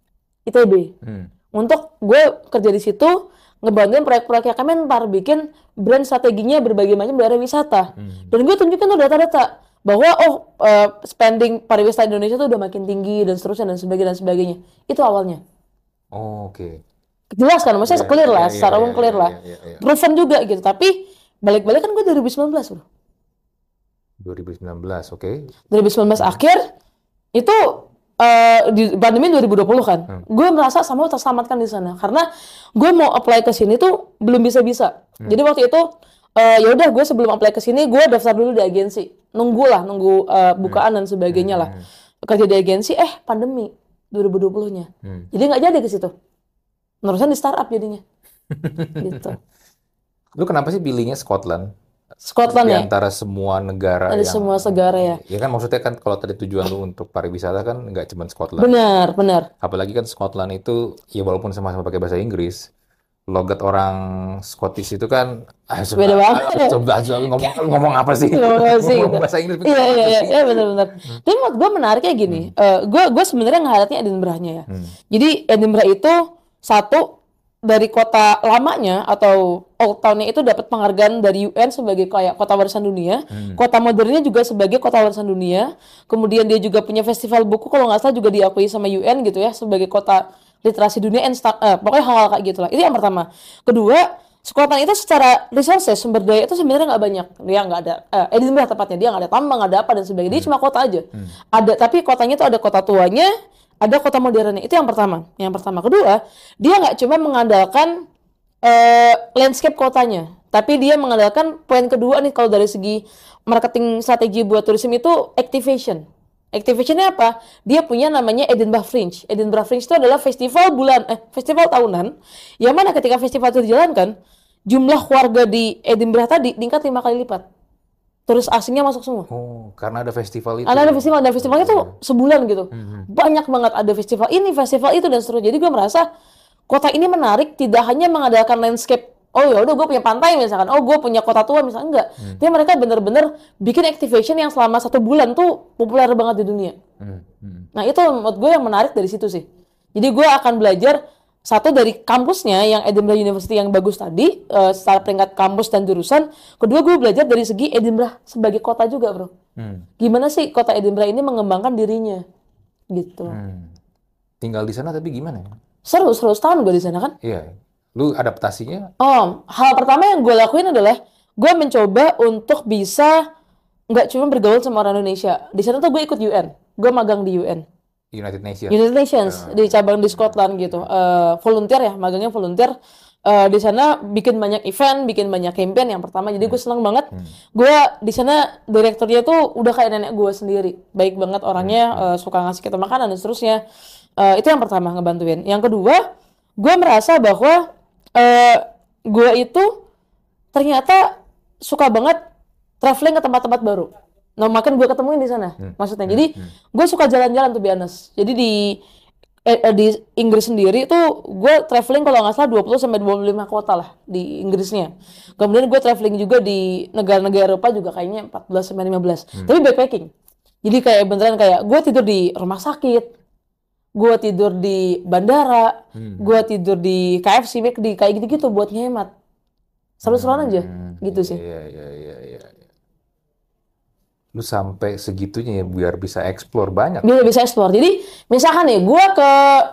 ITB. Untuk gue kerja di situ, ngebantuin proyek-proyeknya Kemenpar, bikin brand strateginya berbagai macam daerah wisata. Dan gue tunjukin tuh data-data bahwa spending pariwisata Indonesia tuh udah makin tinggi dan seterusnya dan sebagainya. Itu awalnya. Jelas kan, maksudnya clear lah, secara umum clear lah. Proven juga gitu, tapi balik-balik kan gue 2019 bro. 2019 akhir, itu di pandemi 2020 kan. Gue merasa sama terselamatkan di sana. Karena gue mau apply ke sini tuh belum bisa-bisa. Jadi waktu itu, ya udah gue sebelum apply ke sini, gue daftar dulu di agensi. Nunggu bukaan dan sebagainya lah. Kerja di agensi, pandemi 2020-nya. Jadi nggak jadi ke situ. Nerusan di startup jadinya. Gitu. Lu kenapa sih pilihnya Scotland? Scotland di ya, antara semua negara ada yang semua negara ya. ya kan maksudnya kan kalau tadi tujuan lu untuk pariwisata kan nggak cuma Scotland. Benar, benar. Apalagi kan Scotland itu ya walaupun sama-sama pakai bahasa Inggris, logat orang Scottish itu kan Beda banget. ngomong apa sih? Gimana sih Ngomong gitu. bahasa Inggris Iya, apa iya, iya, sih? iya, benar-benar. Tapi menurut gue menariknya gini, gue sebenarnya ngeliatnya Edinburgh-nya ya. Jadi Edinburgh itu satu dari kota lamanya atau Old Town-nya itu dapat penghargaan dari UN sebagai kayak kota warisan dunia. Kota modernnya juga sebagai kota warisan dunia. Kemudian dia juga punya festival buku kalau nggak salah juga diakui sama UN gitu ya sebagai kota literasi dunia pokoknya hal-hal kayak gitulah. Itu yang pertama. Kedua, Scotland itu secara resources sumber daya itu sebenarnya nggak banyak. Dia nggak ada Edinburgh tepatnya dia nggak ada tambang, nggak ada apa dan sebagainya. Dia cuma kota aja. Ada tapi kotanya itu ada kota tuanya, ada kota modernnya. Itu yang pertama. Yang pertama. Kedua, dia nggak cuma mengandalkan landscape kotanya, tapi dia mengandalkan poin kedua nih kalau dari segi marketing strategi buat turisme itu activation. Activationnya apa? Dia punya namanya Edinburgh Fringe. Edinburgh Fringe itu adalah festival tahunan, yang mana ketika festival itu dijalankan, jumlah warga di Edinburgh tadi tingkat 5 kali lipat. Turis asingnya masuk semua. Oh, karena ada festival itu. Ada festival dan festivalnya tuh sebulan gitu. Banyak banget ada festival ini, festival itu dan seterusnya. Jadi gue merasa kota ini menarik tidak hanya mengadakan landscape. Oh ya udah gue punya pantai misalkan. Oh gue punya kota tua misalkan enggak. Tapi mereka bener-bener bikin activation yang selama 1 bulan tuh populer banget di dunia. Nah itu menurut gue yang menarik dari situ sih. Jadi gue akan belajar satu dari kampusnya yang Edinburgh University yang bagus tadi secara peringkat kampus dan jurusan. Kedua gue belajar dari segi Edinburgh sebagai kota juga bro. Gimana sih kota Edinburgh ini mengembangkan dirinya gitu. Tinggal di sana tapi gimana ya? Seru setahun gue di sana kan. Iya. Lu adaptasinya? Hal pertama yang gue lakuin adalah gue mencoba untuk bisa nggak cuma bergaul sama orang Indonesia. Di sana tuh gue ikut UN. Gue magang di UN. United Nations. United Nations di cabang di Scotland gitu. Volunteer ya, magangnya volunteer. Di sana bikin banyak event, bikin banyak campaign yang pertama. Jadi gue senang banget. Gue di sana direkturnya tuh udah kayak nenek gue sendiri. Baik banget orangnya, suka ngasih kita makanan dan seterusnya. Itu yang pertama ngebantuin. Yang kedua, gue merasa bahwa gue itu ternyata suka banget traveling ke tempat-tempat baru. Nah, makan gue ketemuin di sana. Maksudnya, jadi gue suka jalan-jalan tuh biasa. Jadi di Inggris sendiri tuh gue traveling kalau nggak salah 20-25 kota lah di Inggrisnya. Kemudian gue traveling juga di negara-negara Eropa juga kayaknya 14-15. Tapi backpacking. Jadi kayak beneran kayak gue tidur di rumah sakit. Gue tidur di bandara, gue tidur di KFC, McD, kayak gitu-gitu buat ngehemat. Seru-seruan aja, gitu sih. Iya. Lu sampai segitunya ya biar bisa explore banyak. Biar bisa explore. Jadi, misalkan nih, gue ke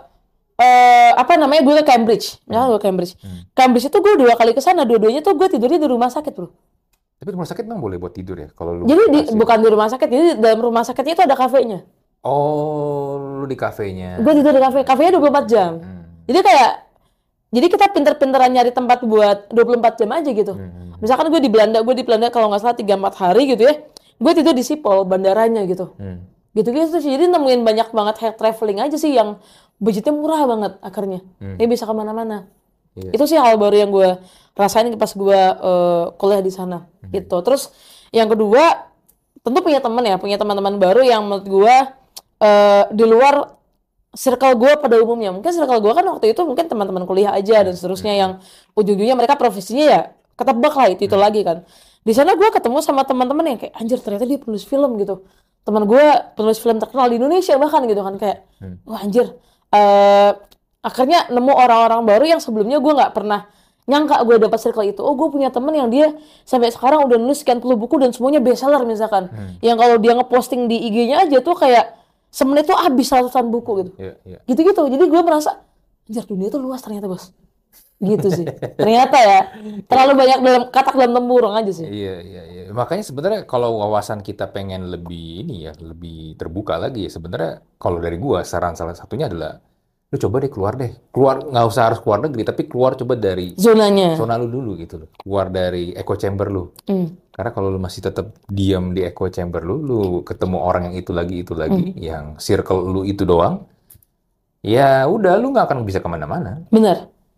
gue ke Cambridge. Misalkan gue ke Cambridge. Cambridge itu gue 2 kali ke sana, dua-duanya tuh gue tidurnya di rumah sakit, bro. Tapi rumah sakit memang boleh buat tidur ya kalau lu. Jadi bukan di rumah sakit, jadi dalam rumah sakitnya itu ada kafenya. Oh, lu di kafenya. Gue tidur di kafe. Kafenya 24 jam. Jadi kita pinter-pinteran nyari tempat buat 24 jam aja gitu. Misalkan gue di Belanda kalau nggak salah 3-4 hari gitu ya. Gue tidur di Schiphol, bandaranya gitu. Gitu-gitu sih. Jadi nemuin banyak banget hair traveling aja sih yang budgetnya murah banget akhirnya. Dia bisa kemana-mana. Itu sih hal baru yang gue rasain pas gue kuliah di sana. Gitu. Terus yang kedua, tentu punya teman-teman baru yang menurut gue di luar circle gue pada umumnya. Mungkin circle gue kan waktu itu mungkin teman-teman kuliah aja dan seterusnya yang ujung-ujungnya mereka profesinya ya ketebak lah itu lagi kan. Di sana gue ketemu sama teman-teman yang kayak anjir ternyata dia penulis film gitu. Teman gue penulis film terkenal di Indonesia bahkan gitu kan kayak wah anjir. Akhirnya nemu orang-orang baru yang sebelumnya gue nggak pernah nyangka gue dapat circle itu. Oh gue punya temen yang dia sampai sekarang udah nulis sekian puluh buku dan semuanya bestseller misalkan. Yang kalau dia ngeposting di IG-nya aja tuh kayak semenit tuh habis 100-an buku gitu. Gitu-gitu. Jadi gue merasa anjir dunia tuh luas ternyata bos. Gitu sih. Ternyata ya terlalu banyak katak dalam tempurung aja sih. Iya. Makanya sebenarnya kalau wawasan kita pengen lebih lebih terbuka lagi ya sebenarnya kalau dari gua saran salah satunya adalah lu coba deh keluar, nggak usah harus keluar negeri tapi keluar coba dari zona lu dulu gitu loh, keluar dari echo chamber lu. Karena kalau lu masih tetap diam di echo chamber lu ketemu orang yang itu lagi yang circle lu itu doang, ya udah lu nggak akan bisa kemana-mana. Bener.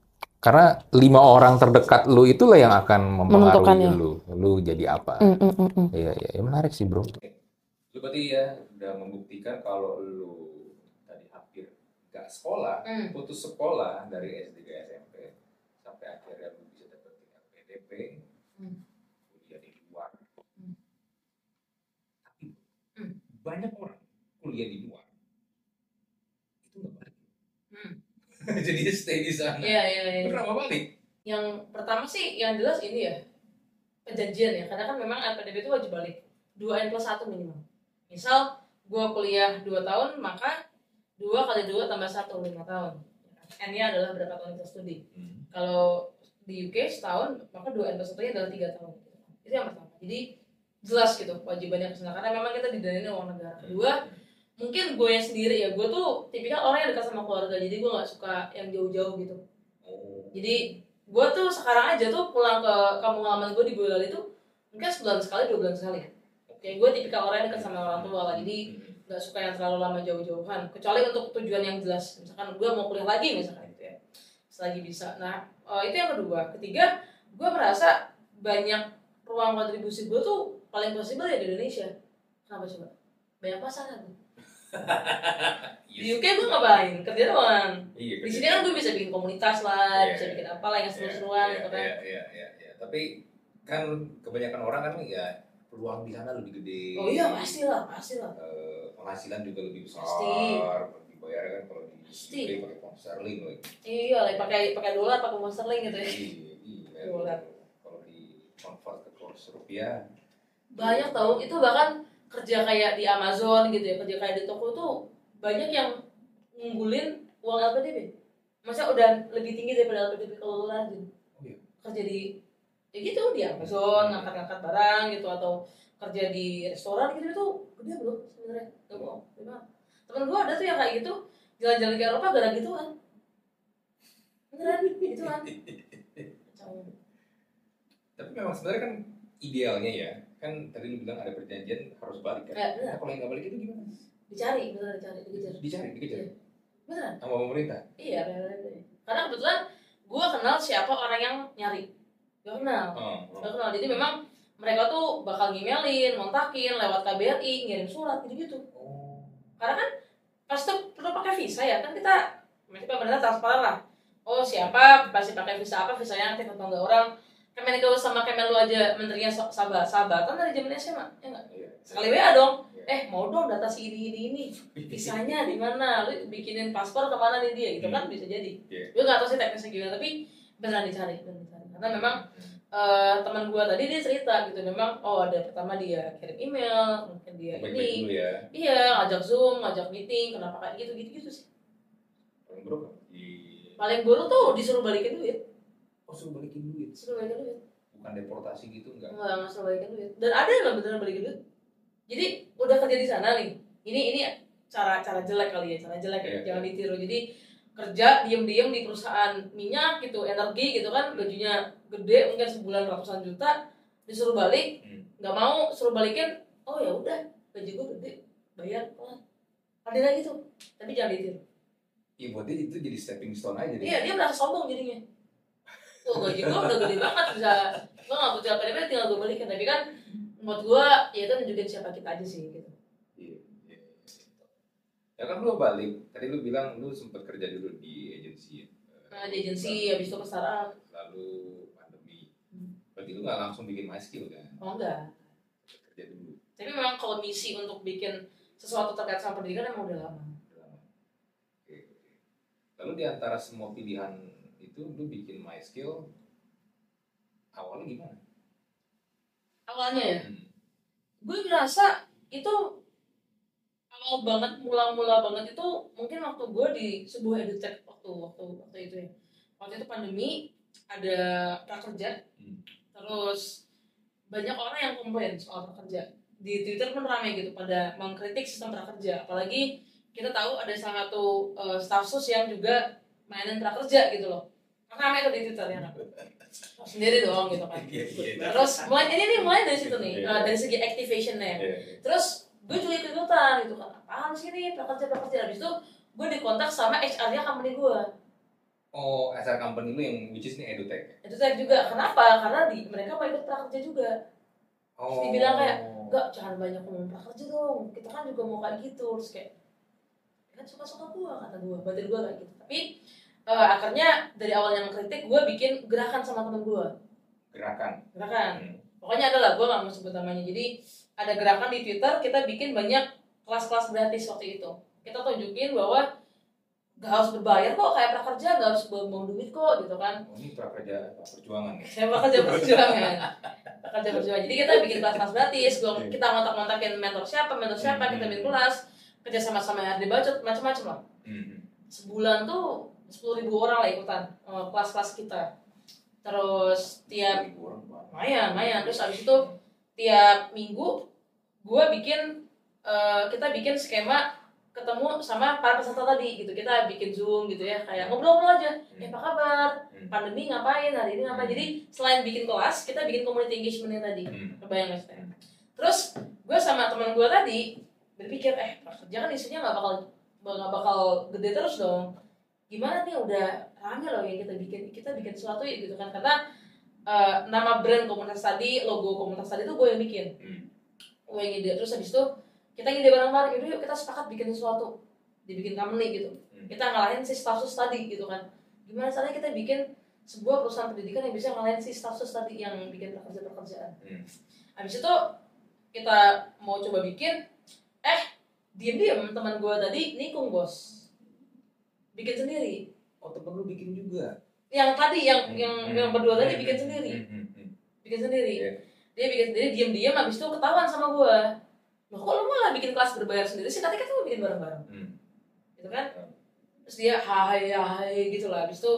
Karena 5 orang terdekat lu itulah yang akan Menentukan mempengaruhi ya. lu jadi apa. Iya, iya, ya, menarik sih bro. Lu berarti ya udah membuktikan kalau lu tadi hampir nggak sekolah, putus sekolah dari SD ke SMP, sampai akhirnya lu bisa dapetin LPDP, kuliah di luar. Tapi banyak orang kuliah di luar itu nggak balik. Jadi stay di sana. Iya. Kenapa balik? Yang pertama sih yang jelas ini ya, perjanjian ya, karena kan memang LPDP itu wajib balik 2N+1 minimal. Misal gue kuliah 2 tahun, maka 2 kali 2 tambah 1, 5 tahun. N-nya adalah berapa tahun kita studi. Kalau di UK setahun, maka 2N+1-nya adalah 3 tahun. Itu yang pertama. Jadi jelas gitu wajibannya ke sana, karena memang kita didanai uang negara. Kedua, mungkin gue sendiri ya, gue tuh tipikal orang yang dekat sama keluarga, jadi gue nggak suka yang jauh-jauh gitu. Jadi gue tuh sekarang aja tuh pulang ke kampung halaman gue di Boyolali tuh mungkin sebulan sekali, 2 bulan sekali. Kayak gue tipikal orang yang dekat sama orang tua lah, jadi nggak suka yang terlalu lama jauh-jauhan, kecuali untuk tujuan yang jelas, misalkan gue mau kuliah lagi misalkan gitu ya, selagi bisa. Nah itu yang kedua. Ketiga, gue merasa banyak ruang kontribusi gue tuh paling possible ya di Indonesia. Kenapa coba? Banyak pasangan. Di UK gue ngapain? Kerja doang. Di sini kan gue bisa bikin komunitas lah, bisa bikin apalah yang seru-seruan gitu kan. Iya. Tapi kan kebanyakan orang kan ya peluang di sana lebih gede. Oh iya, pastilah. Penghasilan juga lebih besar. Pasti. Dibayar kan kalau di UK pakai pound sterling lagi. Iya, pakai dolar, pakai pound sterling gitu ya. Iya. Dolar. Kalau di convert ke kurs rupiah. Banyak tau, itu bahkan kerja kayak di Amazon gitu ya, kerja kayak di toko tuh banyak yang ngumpulin uang LPDP. Masa udah lebih tinggi daripada LPDP kalau lu rajin. Kerja di ya gitu, di Amazon, ngangkat-ngangkat barang gitu, atau kerja di restoran gitu, itu gede bro sebenarnya. Gak bohong, temen gue ada tuh yang kayak gitu, jalan-jalan ke Eropa gara gitu kan. Beneran, gitu kan. Tapi memang sebenarnya kan idealnya ya, kan tadi lu bilang ada perjanjian harus balik kan. Nah, kalau yang nggak balik itu gimana? Dikejar. Dikejar. Beneran? Sama pemerintah? Iya, karena kebetulan gue kenal siapa orang yang nyari. Gak kenal. Jadi memang mereka tuh bakal ngimelin, ngontakin lewat KBRI, ngirim surat gitu-gitu. Karena kan pasti perlu pakai visa ya, kan kita pemerintah transparan lah. Oh siapa pasti pakai visa apa, visanya aktif atau enggak. Orang Kemenkeu sama Kemenlu aja menterinya sahabatan dari zaman SMA, ya enggak? Sekali WA dong. Mau dong data si ini. Visanya di mana? Lu bikinin paspor kemana nih dia? Gitu kan bisa jadi. Gue nggak tahu sih teknisnya gimana, tapi beneran dicari. Karena memang teman gue tadi dia cerita gitu, memang ada pertama dia kirim email, mungkin dia ini, iya ngajak Zoom, ngajak meeting, kenapa kayak gitu sih. Paling buruk tuh disuruh balikin duit. Suruh balikin duit. Bukan deportasi gitu enggak? Enggak suruh balikin duit. Dan ada yang nggak beneran balikin duit. Jadi udah kerja di sana nih. Ini cara jelek kali ya, jangan ditiru. Jadi kerja diem-diem di perusahaan minyak gitu, energi gitu kan, gajinya gede, mungkin sebulan ratusan juta, disuruh balik, nggak mau, suruh balikin, oh ya udah, gaji gue gede, bayar, ada lagi tuh, tapi jangan ditiru. Iya, buat dia itu jadi stepping stone aja. Iya, dia merasa sombong jadinya. Gaji gue udah gede banget, bisa gue nggak butuh LPDP, tinggal gue balikin. Tapi kan buat gue ya itu nunjukin siapa kita aja sih gitu. Ya kan lu balik, tadi lu bilang lu sempat kerja dulu di agensi. Di agensi, habis itu ke startup. Lalu pandemi. Berarti lu nggak langsung bikin MySkill kan? Oh enggak. Kerja dulu. Tapi memang kalau misi untuk bikin sesuatu terkait sama pendidikan emang udah lama. Oke. Lalu di antara semua pilihan itu lu bikin MySkill awalnya gimana? Awalnya ya? Gue ngerasa itu awal banget, mula banget itu mungkin waktu gue di sebuah edutech waktu itu ya. Waktu itu pandemi, ada prakerja, terus banyak orang yang komplain soal prakerja. Di Twitter pun ramai gitu pada mengkritik sistem prakerja. Apalagi kita tahu ada salah satu staff sus yang juga mainin prakerja gitu loh. Ramai tuh di Twitter ya. Sendiri doang gitu kan. Terus mulai dari situ nih, dari segi activation-nya. Terus gue juga ikutan gitu kan, apaan sih nih prakerja. Habis itu gue dikontak sama HR-nya company gue, Oh, SR company lu yang which is nih EduTech. EduTech juga. Kenapa? Karena mereka mau ikut prakerja juga. Terus dibilang kayak, enggak, jangan banyak ngomong prakerja dong. Kita kan juga mau kayak gitu. Terus kayak, kan suka-suka gua, kata gua. Batin gua kayak gitu. Tapi akhirnya dari awalnya mengkritik, gua bikin gerakan sama temen gua. Gerakan. Pokoknya adalah, gua nggak mau sebut namanya. Jadi ada gerakan di Twitter, kita bikin banyak kelas-kelas gratis waktu itu. Kita tunjukin bahwa gak harus berbayar kok kayak prakerja, gak harus buang duit kok gitu kan. Oh, ini prakerja perjuangan ya? Saya prakerja perjuangan. Jadi kita bikin kelas-kelas gratis, kita ngontak-ngontakin mentor siapa, kita bikin kelas, kerja sama-sama yang ada di Bacot, macam-macam lah. Sebulan tuh 10.000 orang lah ikutan kelas-kelas kita. Terus tiap lumayan. Terus abis itu tiap minggu kita bikin skema ketemu sama para peserta tadi gitu. Kita bikin Zoom gitu ya, kayak ngobrol-ngobrol aja. Apa kabar? Pandemi ngapain? Hari ini ngapain? Jadi selain bikin kelas, kita bikin community engagement tadi. Kebayang gak sih? Terus gue sama teman gue tadi berpikir, kerja kan isunya nggak bakal gede terus dong. Gimana nih, udah rame loh yang kita bikin sesuatu ya gitu kan. Karena nama brand komunitas tadi, logo komunitas tadi tuh gue yang bikin. Gue yang ide. Terus habis itu kita ngide bareng-bareng, yaudah yuk kita sepakat bikin sesuatu, dibikin company gitu. Kita ngalahin si status tadi gitu kan. Gimana caranya kita bikin sebuah perusahaan pendidikan yang bisa ngalahin si status tadi yang bikin pekerjaan. Habis itu kita mau coba bikin, diam-diam teman gue tadi nikung bos, bikin sendiri. Oh, temen lu bikin juga? Yang tadi yang berdua tadi bikin sendiri. Dia bikin sendiri diam-diam, habis itu ketahuan sama gue. Loh, kok lu malah bikin kelas berbayar sendiri sih? Katanya kita mau bikin bareng-bareng. Gitu kan? Terus dia hai gitu lah. Habis itu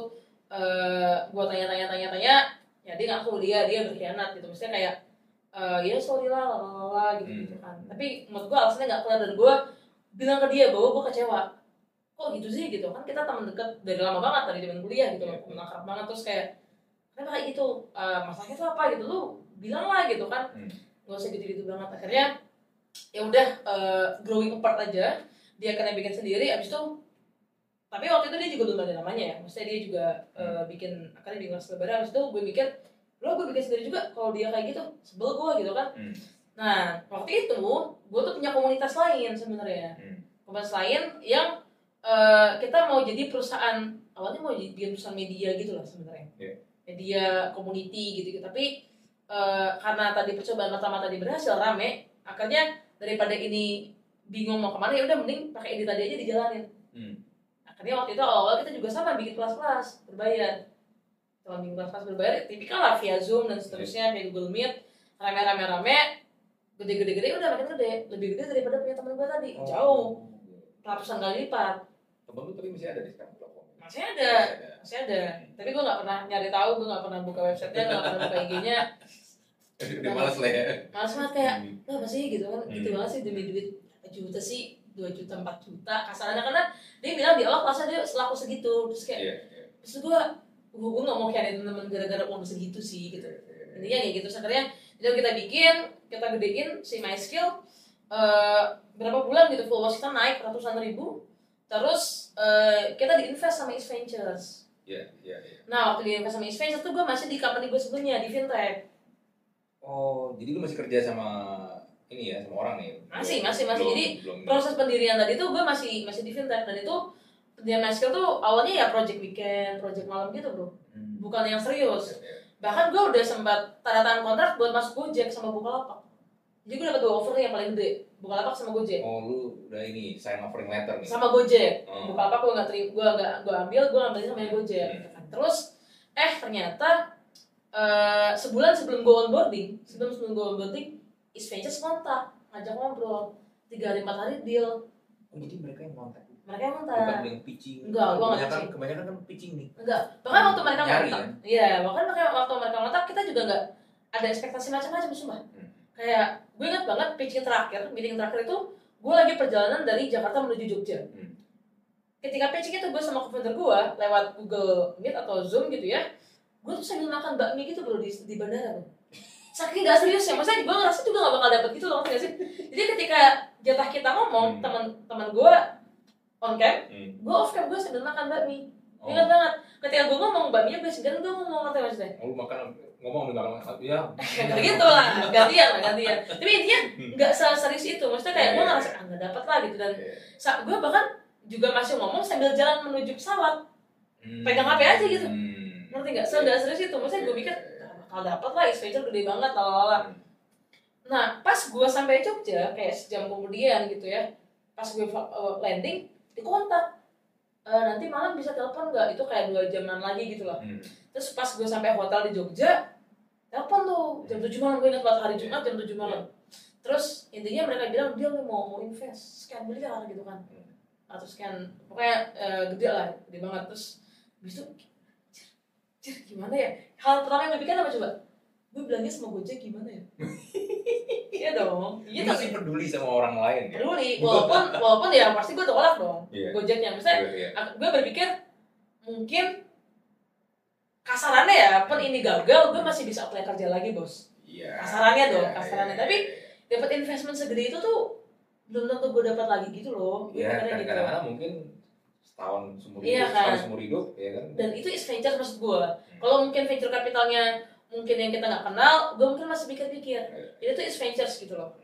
gue tanya, ya dia ngaku dia berkhianat gitu. Maksudnya kayak ya sorry lah gitu kan. Tapi menurut gue alasannya nggak kelar, dan gue bilang ke dia bahwa gue kecewa. Kok gitu sih gitu kan, kita teman dekat dari lama banget, dari zaman kuliah gitu loh, menangkap banget. Terus kayak kenapa kayak gitu, masalahnya tuh apa gitu, lu bilang lah gitu kan. Nggak usah gitu-gitu banget. Akhirnya ya udah growing apart aja, dia kena bikin sendiri. Abis itu, tapi waktu itu dia juga belum ada namanya ya, maksudnya dia juga akhirnya bikin kelas lebaran. Abis itu gue mikir, lo gue bikin sendiri juga, kalau dia kayak gitu sebel gue gitu kan. Nah waktu itu gue tuh punya komunitas lain sebenarnya, komunitas lain yang kita mau jadi perusahaan, awalnya mau jadi perusahaan media gitu lah sebenarnya, media community gitu. Tapi karena tadi percobaan pertama tadi berhasil, rame, akhirnya daripada ini bingung mau kemana, ya udah mending pakai ini tadi aja dijalanin. Akhirnya waktu itu awal kita juga sama bikin kelas-kelas berbayar. Kalau bikin kelas-kelas berbayar, tipikal lah via Zoom dan seterusnya, via Google Meet, rame-rame, gede-gede, udah makin gede, lebih gede daripada punya teman gue tadi, jauh, ratusan kali lipat. Temen lu tapi masih ada di sekarang platformnya? Masih ada. Tapi gue nggak pernah nyari tahu, gue nggak pernah buka websitenya, nggak pernah buka IG-nya. Udah males lah ya. Males banget kayak, masih gitu kan, gitu banget sih demi duit juta sih, 2 juta, 4 juta, kasarnya. Karena dia bilang di awal kelasnya dia selaku segitu, terus kayak, terus gue nggak mau kayak temen gara-gara uang segitu sih gitu. Intinya kayak gitu. Akhirnya itu kita bikin, kita gedein si MySkill, berapa bulan gitu followers kita naik ratusan ribu. Terus kita diinvest sama East Ventures. Nah waktu diinvest sama East Ventures tuh gue masih di company gue sebelumnya di fintech. Oh, jadi lu masih kerja sama ini ya, sama orang nih? Masih. Jadi proses pendirian tadi tuh gue masih di fintech, dan itu pendirian MySkill tuh awalnya ya project weekend, project malam gitu bro, bukan yang serius. Bahkan gue udah sempat tanda tangan kontrak buat masuk Gojek sama Bukalapak. Jadi gue dapat 2 offer nih yang paling gede, Bukalapak sama Gojek. Oh, lu udah ini sign offering letter nih? Sama Gojek. Bukalapak gue nggak terima, gue ambilnya sama Gojek. Terus ternyata sebulan sebelum gue onboarding, East Ventures kontak, ngajak ngobrol, 3-4 hari deal. Oh, jadi mereka yang kontak? Mereka yang kontak. Bukan yang pitching? Enggak, gue nggak pitching. Kebanyakan kan pitching nih. Enggak, bahkan waktu mereka kontak, kan? iya, bahkan waktu mereka kontak kita juga nggak ada ekspektasi macam-macam sumpah. Kayak gue ingat banget meeting terakhir itu gue lagi perjalanan dari Jakarta menuju Jogja. Ketika pitching itu gue sama co-founder gue lewat Google Meet atau Zoom gitu ya, gue tuh sambil makan bakmi gitu bro di bandara bro. Saking gak serius ya, maksudnya gue ngerasa juga gak bakal dapet gitu loh, ngerti gak sih? Jadi ketika jatah kita ngomong, teman gue on cam, gue off cam, gue sambil makan bakmi. Ingat banget. Ketika gue ngomong bakminya gue segan, gue ngomong ngerti maksudnya. Lu makan ngomong di belakang ya. Kayak gitu lah, gantian. Tapi intinya nggak serius itu, maksudnya kayak gue ngerasa nggak dapat lah gitu dan gue bahkan juga masih ngomong sambil jalan menuju pesawat, pegang HP aja gitu, ngerti nggak? Nggak serius itu, maksudnya gue pikir bakal dapat lah, expenditure gede banget, lalala. Nah pas gue sampai Jogja kayak sejam kemudian gitu ya, pas gue landing di kontak. Nanti malam bisa telepon nggak? Itu kayak 2 jaman lagi gitu lah. Terus pas gue sampai hotel di Jogja, telepon tuh jam 7 malam, gue ingat banget hari Jumat jam 7 malam. Terus intinya mereka bilang dia mau invest, scan miliar gitu kan. Atau scan, pokoknya gede lah, gede banget. Terus habis itu, gimana ya? Hal pertama yang gue pikir apa coba? Gue bilangnya sama Gojek gimana ya? Iya dong. Iya tapi peduli sama orang lain ya. Peduli, walaupun ya pasti gue tolak dong. Gojeknya, misalnya gue berpikir mungkin kasarannya ya, pun ini gagal, gue masih bisa apply kerja lagi bos. Kasarannya dong, kasarannya. Tapi dapat investment segede itu tuh belum tentu gue dapat lagi gitu loh. Iya, kadang-kadang mungkin setahun seumur hidup, setahun seumur hidup, ya kan. Dan itu is venture maksud gue. Kalau mungkin venture capitalnya mungkin yang kita nggak kenal, gue mungkin masih pikir-pikir. Jadi itu is ventures gitu loh.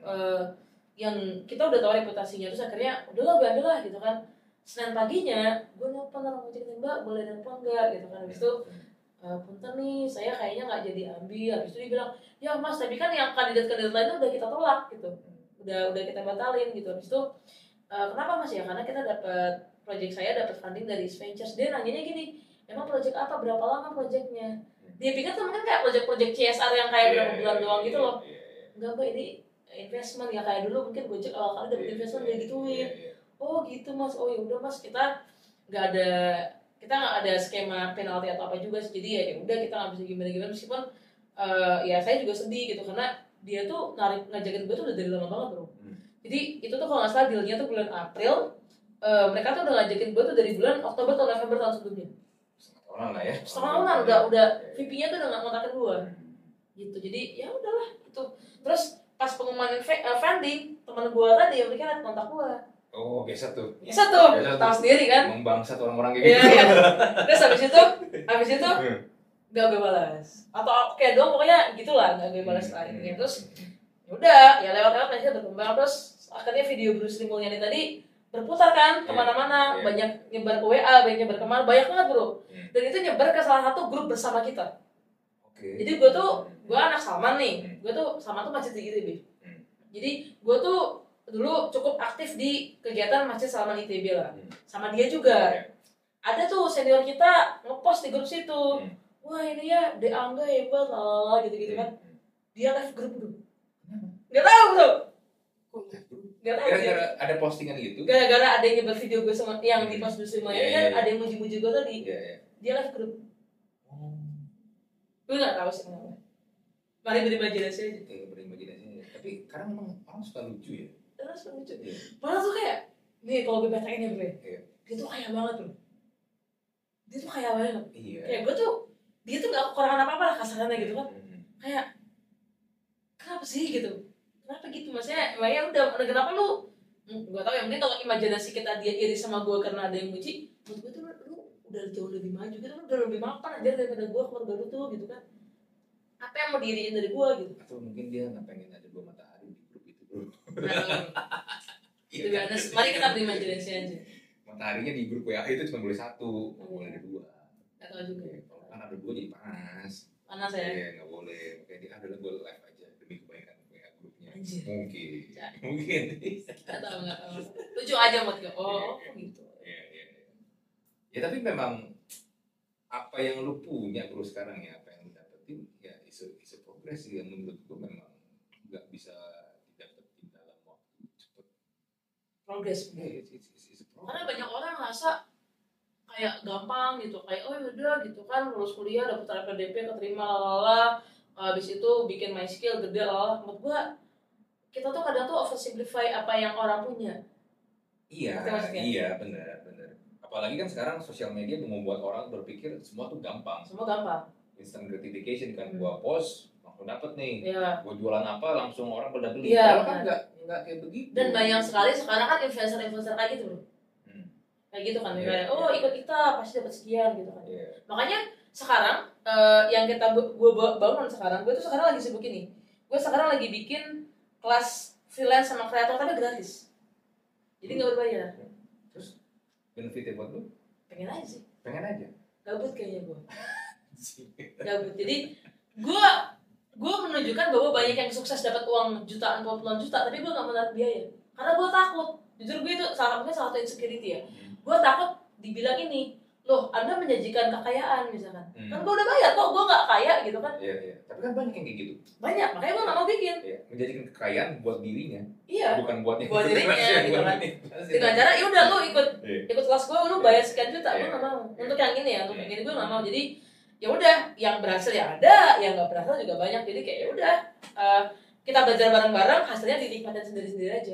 Yang kita udah tahu reputasinya, terus akhirnya udahlah gue ambil lah gitu kan. Senin paginya gue nelfon orang Gojek, Mbak boleh nelfon nggak gitu kan. Habis itu punten nih, saya kayaknya nggak jadi ambil. Habis itu dia bilang, ya mas, tapi kan yang kandidat-kandidat lainnya udah kita tolak gitu, udah kita batalin gitu. Habis itu kenapa mas ya? Karena kita dapat project, saya dapat funding dari Ventures. Dia nanyanya gini, emang project apa? Berapa lama projectnya? Dia pikir tuh mungkin kayak project CSR yang kayak berapa bulan doang gitu loh. Enggak mbak, ini investment ya, kayak dulu mungkin Gojek awal kali dapat investment dia gituin. Oh gitu mas, oh ya udah mas, kita nggak ada skema penalti atau apa juga sih, jadi ya udah kita nggak bisa gimana meskipun ya saya juga sedih gitu karena dia tuh ngajakin gue tuh udah dari lama banget bro. Jadi itu tuh kalau nggak salah dealnya tuh bulan April, mereka tuh udah ngajakin gue tuh dari bulan Oktober atau November tahun sebelumnya. Setengah tahunan udah VP-nya tuh udah nggak ngontakin gue gitu. Jadi ya udahlah itu. Terus pas pengumuman funding, teman gue tadi yang mereka kontak gue. Oh, geser tuh. Tahu sendiri kan? Membangsat orang-orang kayak gitu. Iya. Terus habis itu gak gue balas. Atau kayak doang pokoknya gitulah, gak gue balas lah intinya. Terus udah, ya lewat mesej berkembang. Terus akhirnya video Bruce Lee Mulyani tadi berputar kan kemana-mana, banyak nyebar ke WA, banyak nyebar kemana, banyak banget bro. Dan itu nyebar ke salah satu grup bersama kita. Jadi gue anak Salman nih, gue tuh Salman tuh masjid di ITB. Jadi gue tuh dulu cukup aktif di kegiatan Masjid Salman ITB lah, sama dia juga. Ada tuh senior kita ngepost di grup situ, wah ini ya De Angga hebat lah gitu kan. Dia live grup dulu, nggak tahu bro. Nggak tahu. Gara-gara ada postingan gitu. Gara-gara ada yang nyebar video gue sama yang di post bersama ini kan, ada yang muji-muji gue tadi. Dia live grup. Gue nggak tahu sih kenapa. Mari berimajinasi aja. Berimajinasi. Tapi karena memang orang suka lucu ya. Terus lucu. Malah tuh kayak, nih kalau gue petain ya bro, dia tuh kaya banget bro. Iya. Kayak gue tuh, dia tuh gak kekurangan apa-apa lah kasarannya gitu kan. Kayak, kenapa sih gitu? Kenapa gitu? Maksudnya udah kenapa lu? Gak tau ya, mungkin kalau imajinasi kita dia iri sama gue karena ada yang muji, menurut gue tuh lu udah jauh lebih maju gitu, lu udah lebih mapan aja daripada gue, keluarga lu tuh gitu kan. Apa yang mau diriin dari gue gitu? Atau mungkin dia gak pengen ada 2 matahari di grup itu bro. Mari kita berimajinasi aja. Mataharinya di grup WA itu cuma boleh 1, nggak boleh ada 2. Gak tau juga. Kalau kan ada 2 jadi panas. Panas ya? Iya, nggak boleh. Makanya dia adalah gue live aja demi kebaikan WA grupnya. Anjir. Mungkin. Gak tau. Lucu aja buat gue. Oh gitu. Iya. Ya tapi memang apa yang lu punya bro sekarang ya, apa yang lu dapetin ya isu progres yang menurut gue memang nggak bisa didapetin dalam waktu cepet. Progres. Karena banyak orang ngerasa kayak gampang gitu, kayak oh yaudah gitu kan, lulus kuliah dapet LPDP keterima lalala, habis itu bikin my skill gede lalala. Menurut gua kita tuh kadang tuh oversimplify apa yang orang punya. Iya benar. Apalagi kan sekarang sosial media membuat orang berpikir semua tuh gampang. Instant gratification kan, gua post langsung dapet nih. Gua jualan apa langsung orang pada beli. Kalau kan nggak kayak begitu. Dan banyak sekali sekarang kan influencer kayak gitu bro. kayak gitu kan, Iya, kayak iya. ikut kita pasti dapat sekian gitu kan. Iya. Makanya sekarang yang gue bangun sekarang, gue tuh sekarang lagi sibuk ini. Gue sekarang lagi bikin kelas freelance sama kreator tapi gratis. Jadi nggak berbayar. Terus benefitnya buat lu? Pengen aja sih. Pengen aja. Gabut kayaknya gue. Gabut. Jadi gue menunjukkan bahwa banyak yang sukses dapat uang jutaan, puluhan juta, tapi gue nggak menarik biaya. Karena gue takut. Jujur gue itu salah satu insecurity ya. Gue takut dibilang ini, loh Anda menjanjikan kekayaan misalkan. Kan gue udah bayar kok, gue nggak kaya gitu kan. Iya, iya. Tapi kan banyak yang kayak gitu. Banyak, makanya gue nggak mau bikin. Iya. Menjanjikan kekayaan buat dirinya. Iya. Bukan buat dirinya gitu kan. Dengan cara ya udah lu ikut kelas gue, lu bayar sekian juta, gue nggak mau. Untuk yang ini ya, untuk yang ini gue nggak mau. Jadi ya udah, yang berhasil ya ada, yang nggak berhasil juga banyak. Jadi kayak ya udah, kita belajar bareng-bareng, hasilnya dinikmatin sendiri-sendiri aja.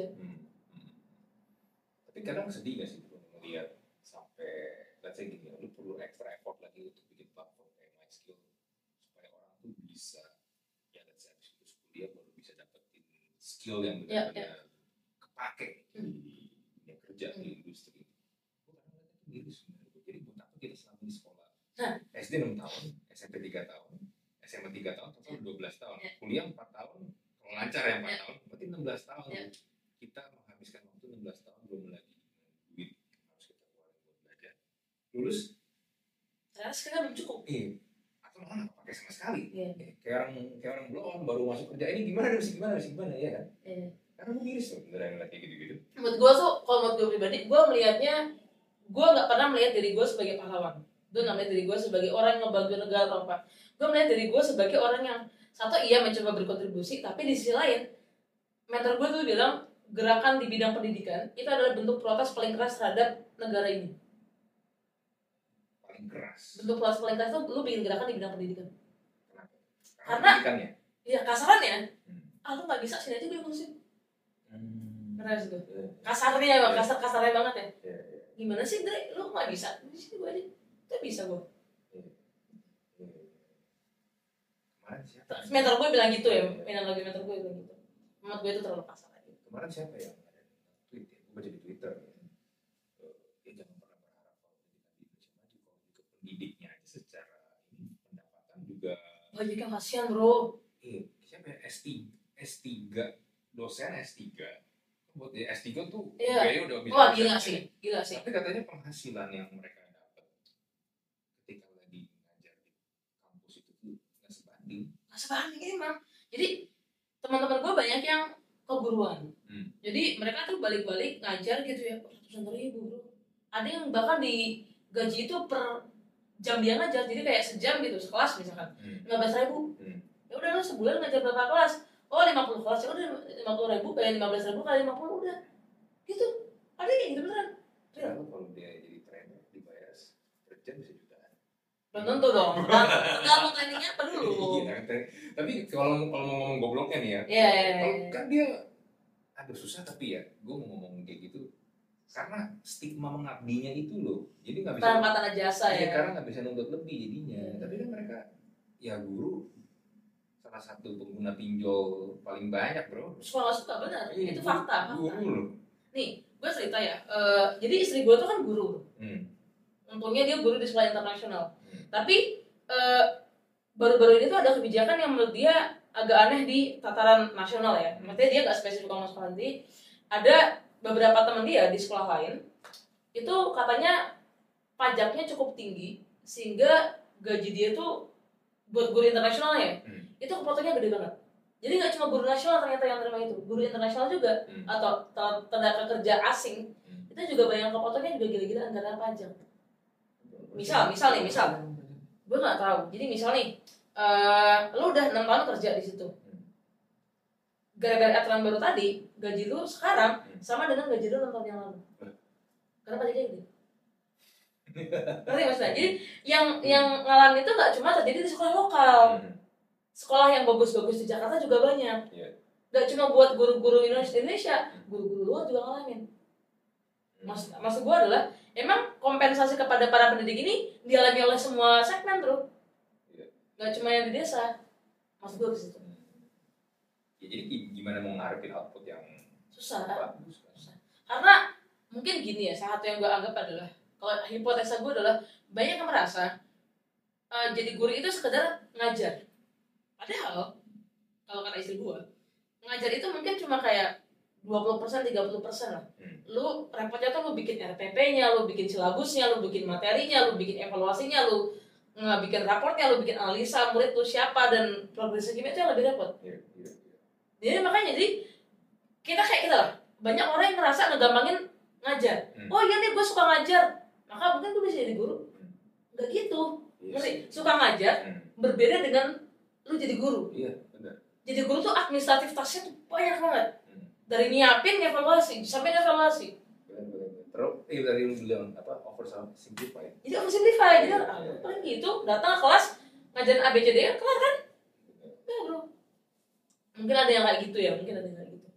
Tapi kadang sedih nggak sih melihat sampai, let's say gini, lu perlu extra effort lagi untuk bikin platform kayak MySkill supaya orang tuh bisa, ya let's say habis lulus kuliah baru bisa dapetin skill yang benar-benar kepake di dunia kerja di industri. Gue kadang ngeliatnya tuh gitu sebenarnya. Jadi buat apa kita selama di sekolah? SD 6 tahun, SMP 3 tahun, SMA 3 tahun, total 12 tahun, kuliah 4 tahun, kalau lancar ya 4 tahun, berarti 16 tahun. Kita menghabiskan waktu 16 tahun belum lagi duit harus kita keluarin buat belajar. Lulus ternyata sekarang belum cukup. Atau malah nggak pakai sama sekali. Kayak orang belum baru masuk kerja, ini gimana ya kan? Karena gue miris loh beneran kayak gitu-gitu. Menurut gue tuh, kalau menurut gue pribadi, gue melihatnya, gue nggak pernah melihat diri gue sebagai pahlawan. Gue nggak melihat diri gue sebagai orang yang ngebantu negara atau apa. Gue melihat diri gue sebagai orang yang satu iya mencoba berkontribusi, tapi di sisi lain mentor gue tuh bilang gerakan di bidang pendidikan itu adalah bentuk protes paling keras terhadap negara ini. Paling keras. Bentuk protes paling keras itu lu bikin gerakan di bidang pendidikan. Kenapa? Karena ya kasarannya, lu nggak bisa sini aja gue ngurusin. Keras gue. Kasarnya kasarnya banget ya. Gimana sih Dre, lu nggak bisa di sini gue aja. Itu bisa gue. Kemarin siapa? Mentor gue bilang gitu ya, mentor gue bilang gitu. Menurut gue itu terlalu kasar aja. Kemarin siapa yang ada tweet ya? Gue baca di Twitter ya. Ya jangan pernah berharap kalau pendidikan di Indonesia maju, kalau juga pendidiknya aja secara pendapatan juga banyak yang kasihan bro. Siapa ya? S3 dosen S3 buat ya S3 tuh kayaknya udah bisa. Wah gila sih. Tapi katanya penghasilan yang mereka dapat ketika lagi ngajar di kampus itu tuh nggak sebanding emang. Jadi teman-teman gue banyak yang keguruan. Jadi mereka tuh balik-balik ngajar gitu ya, ratusan ribu bro. Ada yang bahkan digaji itu per jam dia ngajar, jadi kayak sejam gitu, sekelas misalkan 15.000. Ya udah lo sebulan ngajar berapa kelas? 50 kelas, ya udah 50.000 bayar 15.000 kali 50 udah. Gitu. Ada yang gitu beneran. Kalau dia jadi trainer dibayar per jam bisa jutaan. Belum tentu dong. Tergantung trainingnya apa dulu. Tapi kalau mau ngomong gobloknya nih ya. Kan dia susah, tapi ya gue mau ngomong kayak gitu karena stigma mengabdinya itu loh. Jadi nggak bisa. Kata jasa ya. Karena nggak bisa nuntut lebih jadinya. Tapi kan mereka ya guru salah satu pengguna pinjol paling banyak bro. Suka benar. Itu fakta. Guru loh. Nih, gue cerita ya. Jadi istri gue tuh kan guru. Untungnya dia guru di sekolah internasional. Tapi baru-baru ini tuh ada kebijakan yang menurut dia agak aneh di tataran nasional ya. Maksudnya dia nggak spesifik sama sekolah nanti. Ada beberapa teman dia di sekolah lain itu katanya pajaknya cukup tinggi sehingga gaji dia tuh buat guru internasional ya itu kepotongnya gede banget. Jadi nggak cuma guru nasional ternyata yang terima itu, guru internasional juga atau tenaga kerja asing itu juga banyak kepotongnya juga gila-gilaan karena pajak. Misal gue nggak tahu. Jadi misal nih lu udah 6 tahun kerja di situ. Gara-gara aturan baru tadi, gaji lu sekarang sama dengan gaji lu 6 tahun yang lalu. Karena pajaknya gede. Ngerti maksudnya? Jadi yang ngalamin itu nggak cuma terjadi di sekolah lokal. Sekolah yang bagus-bagus di Jakarta juga banyak. Nggak cuma buat guru-guru Indonesia, guru-guru luar juga ngalamin. Maksud gue adalah, emang kompensasi kepada para pendidik ini dialami oleh semua segmen bro. Nggak cuma yang di desa. Maksud gue ke situ. Ya jadi gimana mau ngarepin output yang susah. bagus? Karena mungkin gini ya, salah satu yang gue anggap adalah, kalau hipotesa gue adalah banyak yang merasa jadi guru itu sekedar ngajar. Padahal kalau kata istri gue, ngajar itu mungkin cuma kayak 20%, 30% lah. Lu repotnya tuh lu bikin RPP-nya, lu bikin silabusnya, lu bikin materinya, lu bikin evaluasinya, lu bikin raportnya, lu bikin analisa murid tuh siapa dan progresnya gimana, itu yang lebih repot. Jadi makanya kita kayak kita lah, banyak orang yang ngerasa ngegampangin ngajar. Oh iya nih gue suka ngajar, maka mungkin gue bisa jadi guru. Nggak gitu. Ngerti? Suka ngajar berbeda dengan lu jadi guru. Iya, benar. Jadi guru tuh administratif tasnya tuh banyak banget. Dari nyiapin, evaluasi, sampai evaluasi. Terus, dari lu bilang oversimplify. Jadi oversimplify, jadi paling gitu, datang ke kelas, ngajarin ABCD, kelar kan? Enggak bro. Mungkin ada yang kayak gitu ya, mungkin ada yang kayak gitu.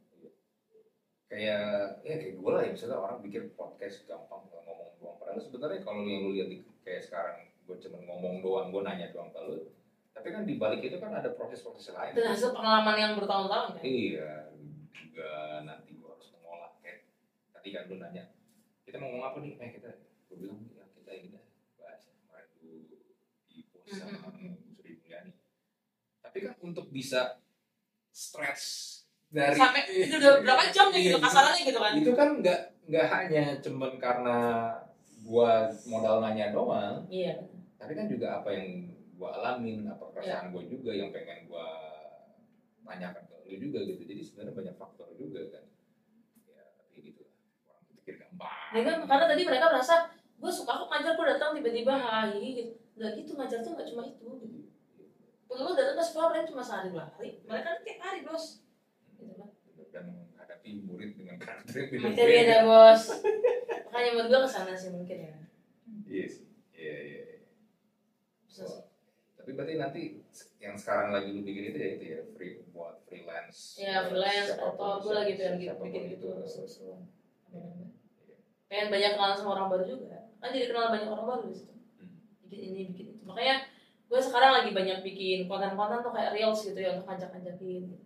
Kayak gue lah ya, misalnya orang bikin podcast gampang ngomong doang. Padahal sebenarnya kalau yang lu lihat kayak sekarang, gue cuma ngomong doang, gue nanya doang ke lu. Tapi kan di balik itu kan ada proses-proses lain. Dan hasil pengalaman yang bertahun-tahun kan? Iya. Juga nanti gue harus mengolah kayak tadi kan lu nanya kita mau ngomong apa nih, gue bilang ya kita ini bahas madu di puasa Sri Mulyani. Tapi kan untuk bisa stres dari sampai itu udah berapa jam gitu kasarannya gitu kan? Itu kan nggak hanya cuman karena gue modal nanya doang. Iya. Tapi kan juga apa yang gue alamin, apa perasaan gue juga yang pengen gue tanyakan ke lu juga gitu. Jadi sebenarnya banyak faktor juga kan. Ya tapi gitu lah. Orang pikir gampang. Ya kan, karena tadi mereka merasa gue suka kok ngajar, gue datang tiba-tiba gitu. Nggak gitu, ngajar tuh nggak cuma itu gitu. Lu datang ke sekolah mereka cuma sehari 2 hari. Mereka kan tiap hari bos. Gitu kan. Dan menghadapi murid dengan karakter yang beda-beda. Materi ada bos. Makanya menurut gue kesana sih mungkin ya. Iya sih. Iya. Bisa sih. Tapi berarti nanti yang sekarang lagi lu bikin itu ya buat freelance. Ya freelance atau gue lagi pengen bikin gitu sesuatu. Pengen banyak kenalan sama orang baru juga. Kan jadi kenal banyak orang baru di situ. Bikin ini bikin itu. Makanya gue sekarang lagi banyak bikin konten-konten tuh kayak reels gitu ya untuk ngajak-ngajakin gitu.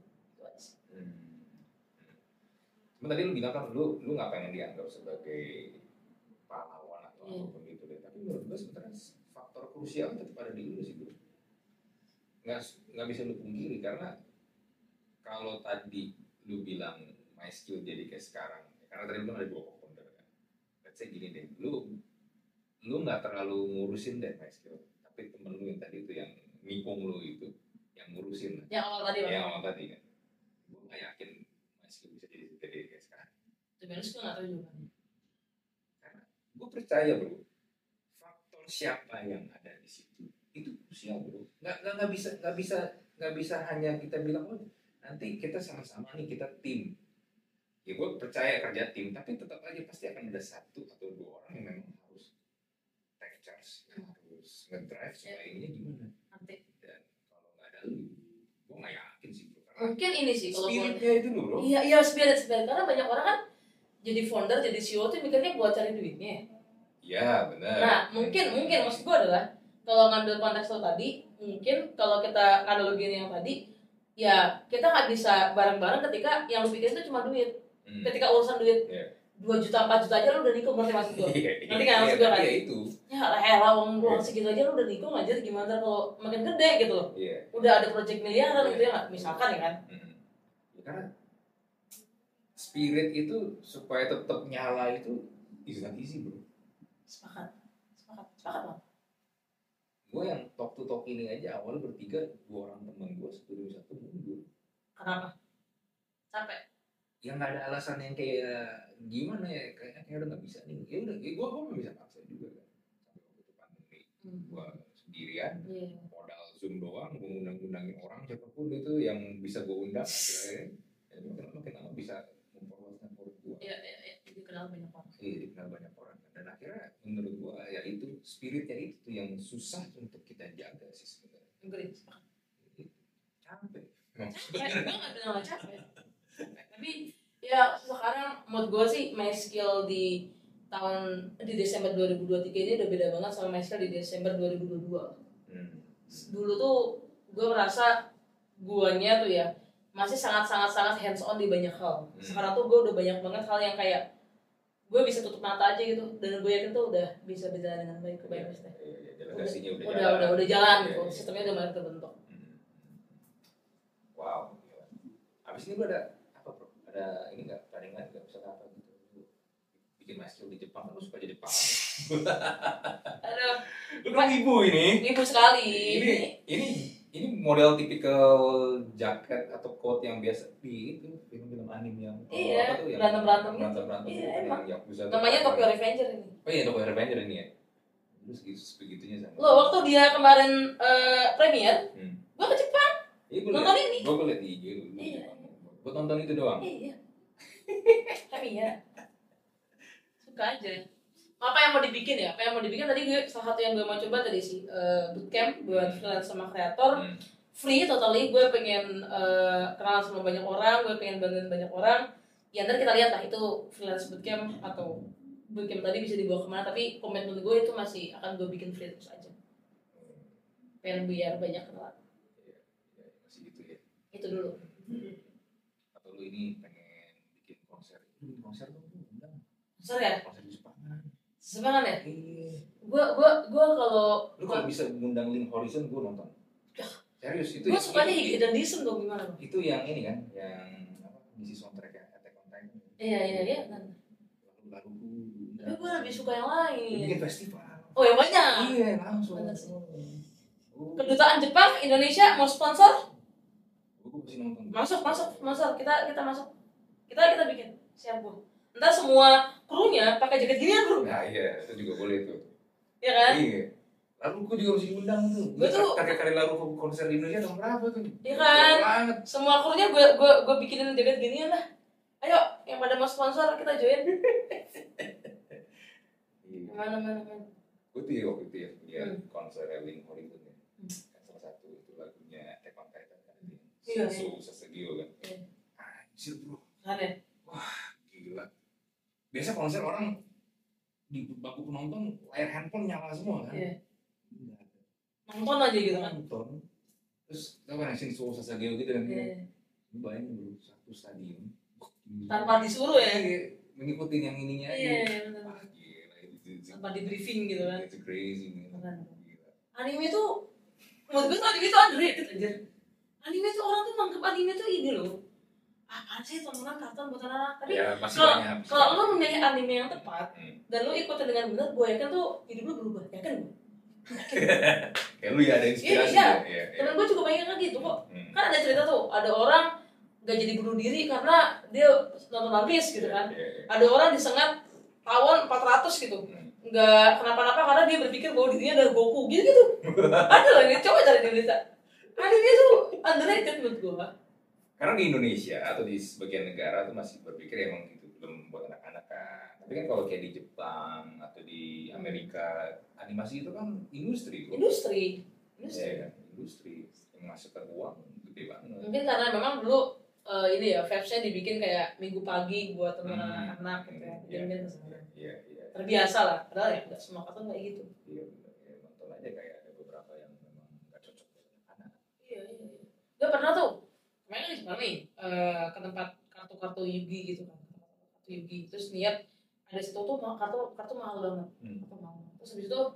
Cuma tadi lu bilang kan lu nggak pengen dianggap sebagai pahlawan atau apapun gitu deh. Tapi menurut gue sebenarnya faktor krusial tetap ada di lu sih bro. Nggak bisa lu pungkiri karena kalau tadi lu bilang my skill jadi kayak sekarang, karena tadi lu bilang ada 2 co-founder kan. Let's say gini deh, lu nggak terlalu ngurusin deh my skill, tapi temen lu yang tadi itu yang ngikung lu itu yang ngurusin. Yang awal tadi kan. Gue nggak yakin my skill bisa jadi kayak sekarang. Sebenarnya gue nggak tahu juga. Karena gue percaya bro, faktor siapa yang ada di situ itu krusial bro. Nggak bisa hanya kita bilang oh nanti kita sama-sama nih kita tim. Ya gue percaya kerja tim, tapi tetap aja pasti akan ada 1 atau 2 orang yang memang harus take charge, harus ngedrive supaya ini gimana. Dan kalau nggak ada lu, gue nggak yakin sih bro. Mungkin ini sih kalau spiritnya itu loh bro. Iya spirit karena banyak orang kan jadi founder, jadi CEO tuh mikirnya buat cari duitnya. Iya benar. Nah mungkin maksud gue adalah kalau ngambil konteks lo tadi, mungkin kalau kita analogiin yang tadi, ya kita nggak bisa bareng-bareng ketika yang lo pikirin itu cuma duit. Ketika urusan duit 2 juta 4 juta aja lo udah nikung, ngerti maksud gue? Nanti kan maksud gue kan? Iya itu. Ya lah uang segitu aja lo udah nikung aja, gimana kalau makin gede gitu loh? Udah ada project miliaran gitu ya nggak? Misalkan ya kan? Karena spirit itu supaya tetap nyala itu is not easy bro. Sepakat bang. Gue yang talk to talk ini aja awalnya bertiga, 2 orang teman gue, 1 mundur. Kenapa? Capek? Ya nggak ada alasan yang kayak gimana ya, kayaknya udah nggak bisa nih. Ya udah, gue nggak bisa paksa juga kan. Sampai waktu itu pandemi, gue sendirian, modal Zoom doang, gue ngundang-undangin orang siapapun itu yang bisa gue undang. Ya makin lama bisa memperluaskan produk gue. Iya, dikenal banyak orang. Iya, dikenal banyak orang. Dan akhirnya menurut gue ya itu spiritnya itu yang susah untuk kita jaga sih sebenarnya. Agreed. Capek. Gue nggak bilang capek. Tapi ya sekarang menurut gue sih my skill di Desember 2023 ini udah beda banget sama my skill di Desember 2022. Dulu tuh gue merasa guanya tuh ya masih sangat hands on di banyak hal. Sekarang tuh gue udah banyak banget hal yang kayak gue bisa tutup mata aja gitu, dan gue yakin tuh udah bisa berjalan dengan baik. Kebayang maksudnya. Delegasinya Udah jalan Iya, gitu, iya. sistemnya udah mulai terbentuk. Wow. Gila. Abis ini lu ada apa bro? Ada ini nggak planningan nggak misalnya apa gitu? Lu bikin master di Jepang, kan lu suka jadi Jepang. Aduh, Lu kan ibu ini. ibu sekali. Ini model tipikal jaket atau coat yang biasa di itu film-film anime yang Iya, apa tuh yang berantem-berantem gitu. berantem Iya, yang emang. Yakuza Namanya tuh. Tokyo Revenger ini. Oh iya, Tokyo Revenger ini ya. Terus sebegitunya sama. Lo waktu dia kemarin premier, gue ke Jepang. Iya, Nonton ini. Gue liat di IG lu. Iya. Gue nonton itu doang. Iya. Tapi ya suka aja. Apa yang mau dibikin ya? Apa yang mau dibikin tadi gue salah satu yang gue mau coba tadi sih bootcamp buat freelance sama kreator. Free totally, gue pengen kenalan sama banyak orang, gue pengen bantuin banyak orang. Ya ntar kita lihat lah itu freelance bootcamp atau bootcamp tadi bisa dibawa kemana. Tapi komitmen gue itu masih akan gue bikin free terus aja. Pengen biar banyak kenalan. Masih gitu ya. Itu dulu. Atau lu ini pengen bikin konser? Konser dong, undang. Konser ya? Konser di Jepangan. Semangat ya? Iya. Gue kalau Lu kalau bisa ngundang Link Horizon, gue nonton. Serius itu. Gue sukanya Hige dan Disen dong gimana? Itu yang ini kan, yang apa? Ngisi soundtrack ya, Attack on Titan. Iya. Lalu Tapi gue lebih suka yang lain. bikin festival. Oh yang banyak. Iya, langsung. Bener sih. Kedutaan Jepang Indonesia mau sponsor? Gue mesti nonton. Masuk. Kita masuk. Kita bikin. Siap gue. Ntar semua krunya pakai jaket ginian bro. Nah iya, itu juga boleh tuh. Iya kan? Iya. Lalu gue juga mesti diundang tuh. Gue tuh kakek lalu ke konser di Indonesia tahun berapa tuh? Iya kan? Banget. Semua krunya gue bikinin jaket ginian lah. Ayo, yang pada mau sponsor kita join. Mana. Gue tuh ya waktu itu ya konser Link Horizon ya. Salah satu itu lagunya Attack on Titan kan. Iya. Sesegio kan. Anjir bro. Kan ya? Wah gila. Biasa konser orang di bangku penonton layar handphone nyala semua kan. Iya. Nonton aja gitu kan. Nonton. Terus tau kan yang Shin Sasageo gitu kan. Iya. Bayangin bro, satu stadion. Tanpa disuruh ya. Mengikutin yang ininya aja. Iya, benar. Wah gila itu. Tanpa di briefing gitu kan. It's crazy man. Gila. Anime tuh menurut gue tuh anime tuh underrated anjir. Anime tuh orang tuh menganggap anime tuh ini loh. Apaan sih tontonan kartun buat anak-anak? Tapi Ya, masih kalau banyak. kalau lo memilih anime yang tepat dan lo ikutin dengan benar, gue yakin tuh hidup lo berubah. Yakin gue? Kayak lu ya ada inspirasi Iya. ya. Temen gue juga banyak kan gitu kok. Kan ada cerita tuh, ada orang gak jadi bunuh diri karena dia nonton One Piece gitu kan. Ada orang disengat tawon 400 gitu. Nggak kenapa-napa karena dia berpikir bahwa dirinya adalah Goku gitu. Ada loh ini, coba cari di berita. Anime tuh underrated menurut gue. Karena di Indonesia atau di sebagian negara tuh masih berpikir emang gitu belum buat anak-anak kan. Tapi kan kalau kayak di Jepang atau di Amerika animasi itu kan industri. Industri. Iya kan, industri yang menghasilkan uang gede banget. Mungkin karena memang dulu ini ya vibes-nya dibikin kayak minggu pagi buat teman anak-anak gitu ya. Mungkin Iya. Terbiasa lah. Padahal ya nggak semua kartun kayak gitu. Iya benar. Ya, nonton aja kayak ada beberapa yang memang nggak cocok buat anak. Iya. Gue pernah tuh kemarin di Jepang nih ke tempat kartu Yugi gitu kan. Kartu Yugi terus lihat ada situ tuh kartu mahal banget. Kartu mahal. Terus habis itu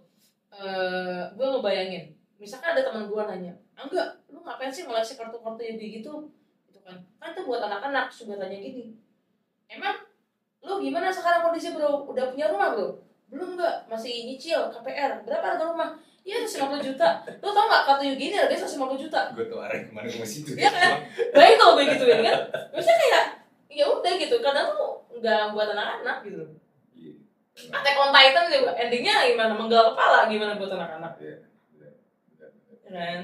gue ngebayangin misalkan ada teman gue nanya, enggak, lu ngapain sih ngoleksi kartu-kartu Yugi gitu kan itu buat anak-anak. Terus gue tanya gini, emang lu gimana sekarang kondisi bro? Udah punya rumah bro? Belum enggak, masih nyicil KPR. Berapa harga rumah? Iya 150 juta. Lu tau gak kartu Yugi ini harganya 150 juta? Gue tuh arah kemana gue masih itu. Iya kan? Baik kalau gue gituin kan. Maksudnya kayak ya udah gitu. Kadang tuh nggak buat anak-anak gitu. Attack on Titan juga endingnya gimana? Menggal kepala gimana buat anak-anak? Iya. Kan?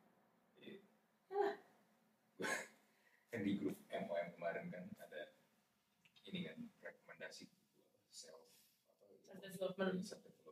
Kan di grup MOM kemarin kan ada ini kan rekomendasi self development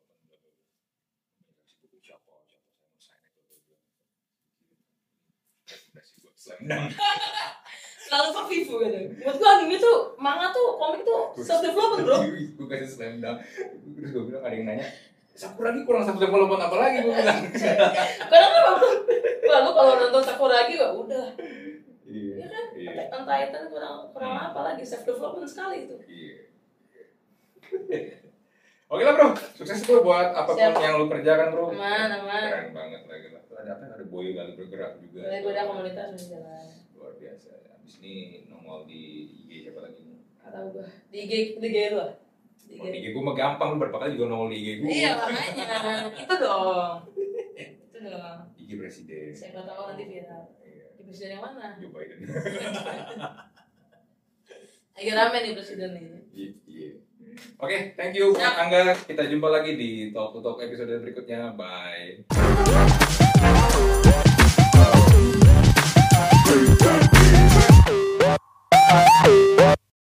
buku siapa saya mau sign itu rekomendasi buat Slam Dunk. Selalu Vivo gitu. Buat gue anime tuh, manga tuh, komik tuh self development bro. Gue kasih Slam Dunk. Terus gue bilang ada yang nanya, Sakuragi kurang self development apa lagi gue bilang. Karena apa bro? Wah lu kalau nonton Sakuragi wah udah. Iya kan? Attack on Titan kurang apa lagi self development sekali itu. Iya. Oke lah bro, sukses bro buat apapun Siap. yang lu kerjakan bro. Aman. Keren banget lagi lah. Ada apa? Ada boy lagi bergerak juga. Gue ada komunitas masih jalan. Luar biasa. Abis ini nongol di IG siapa lagi? Gak tau gue. Di IG lu? Di Oh, di IG gue mah gampang, lu berapa kali juga nongol di IG gue. Iya makanya. Itu dong. IG presiden. Siapa tahu nanti viral. Iya. Di presiden yang mana? Joe Biden. Lagi rame nih presiden nih. Iya. Oke, thank you buat Angga. Kita jumpa lagi di Talk to Talk episode berikutnya. Bye.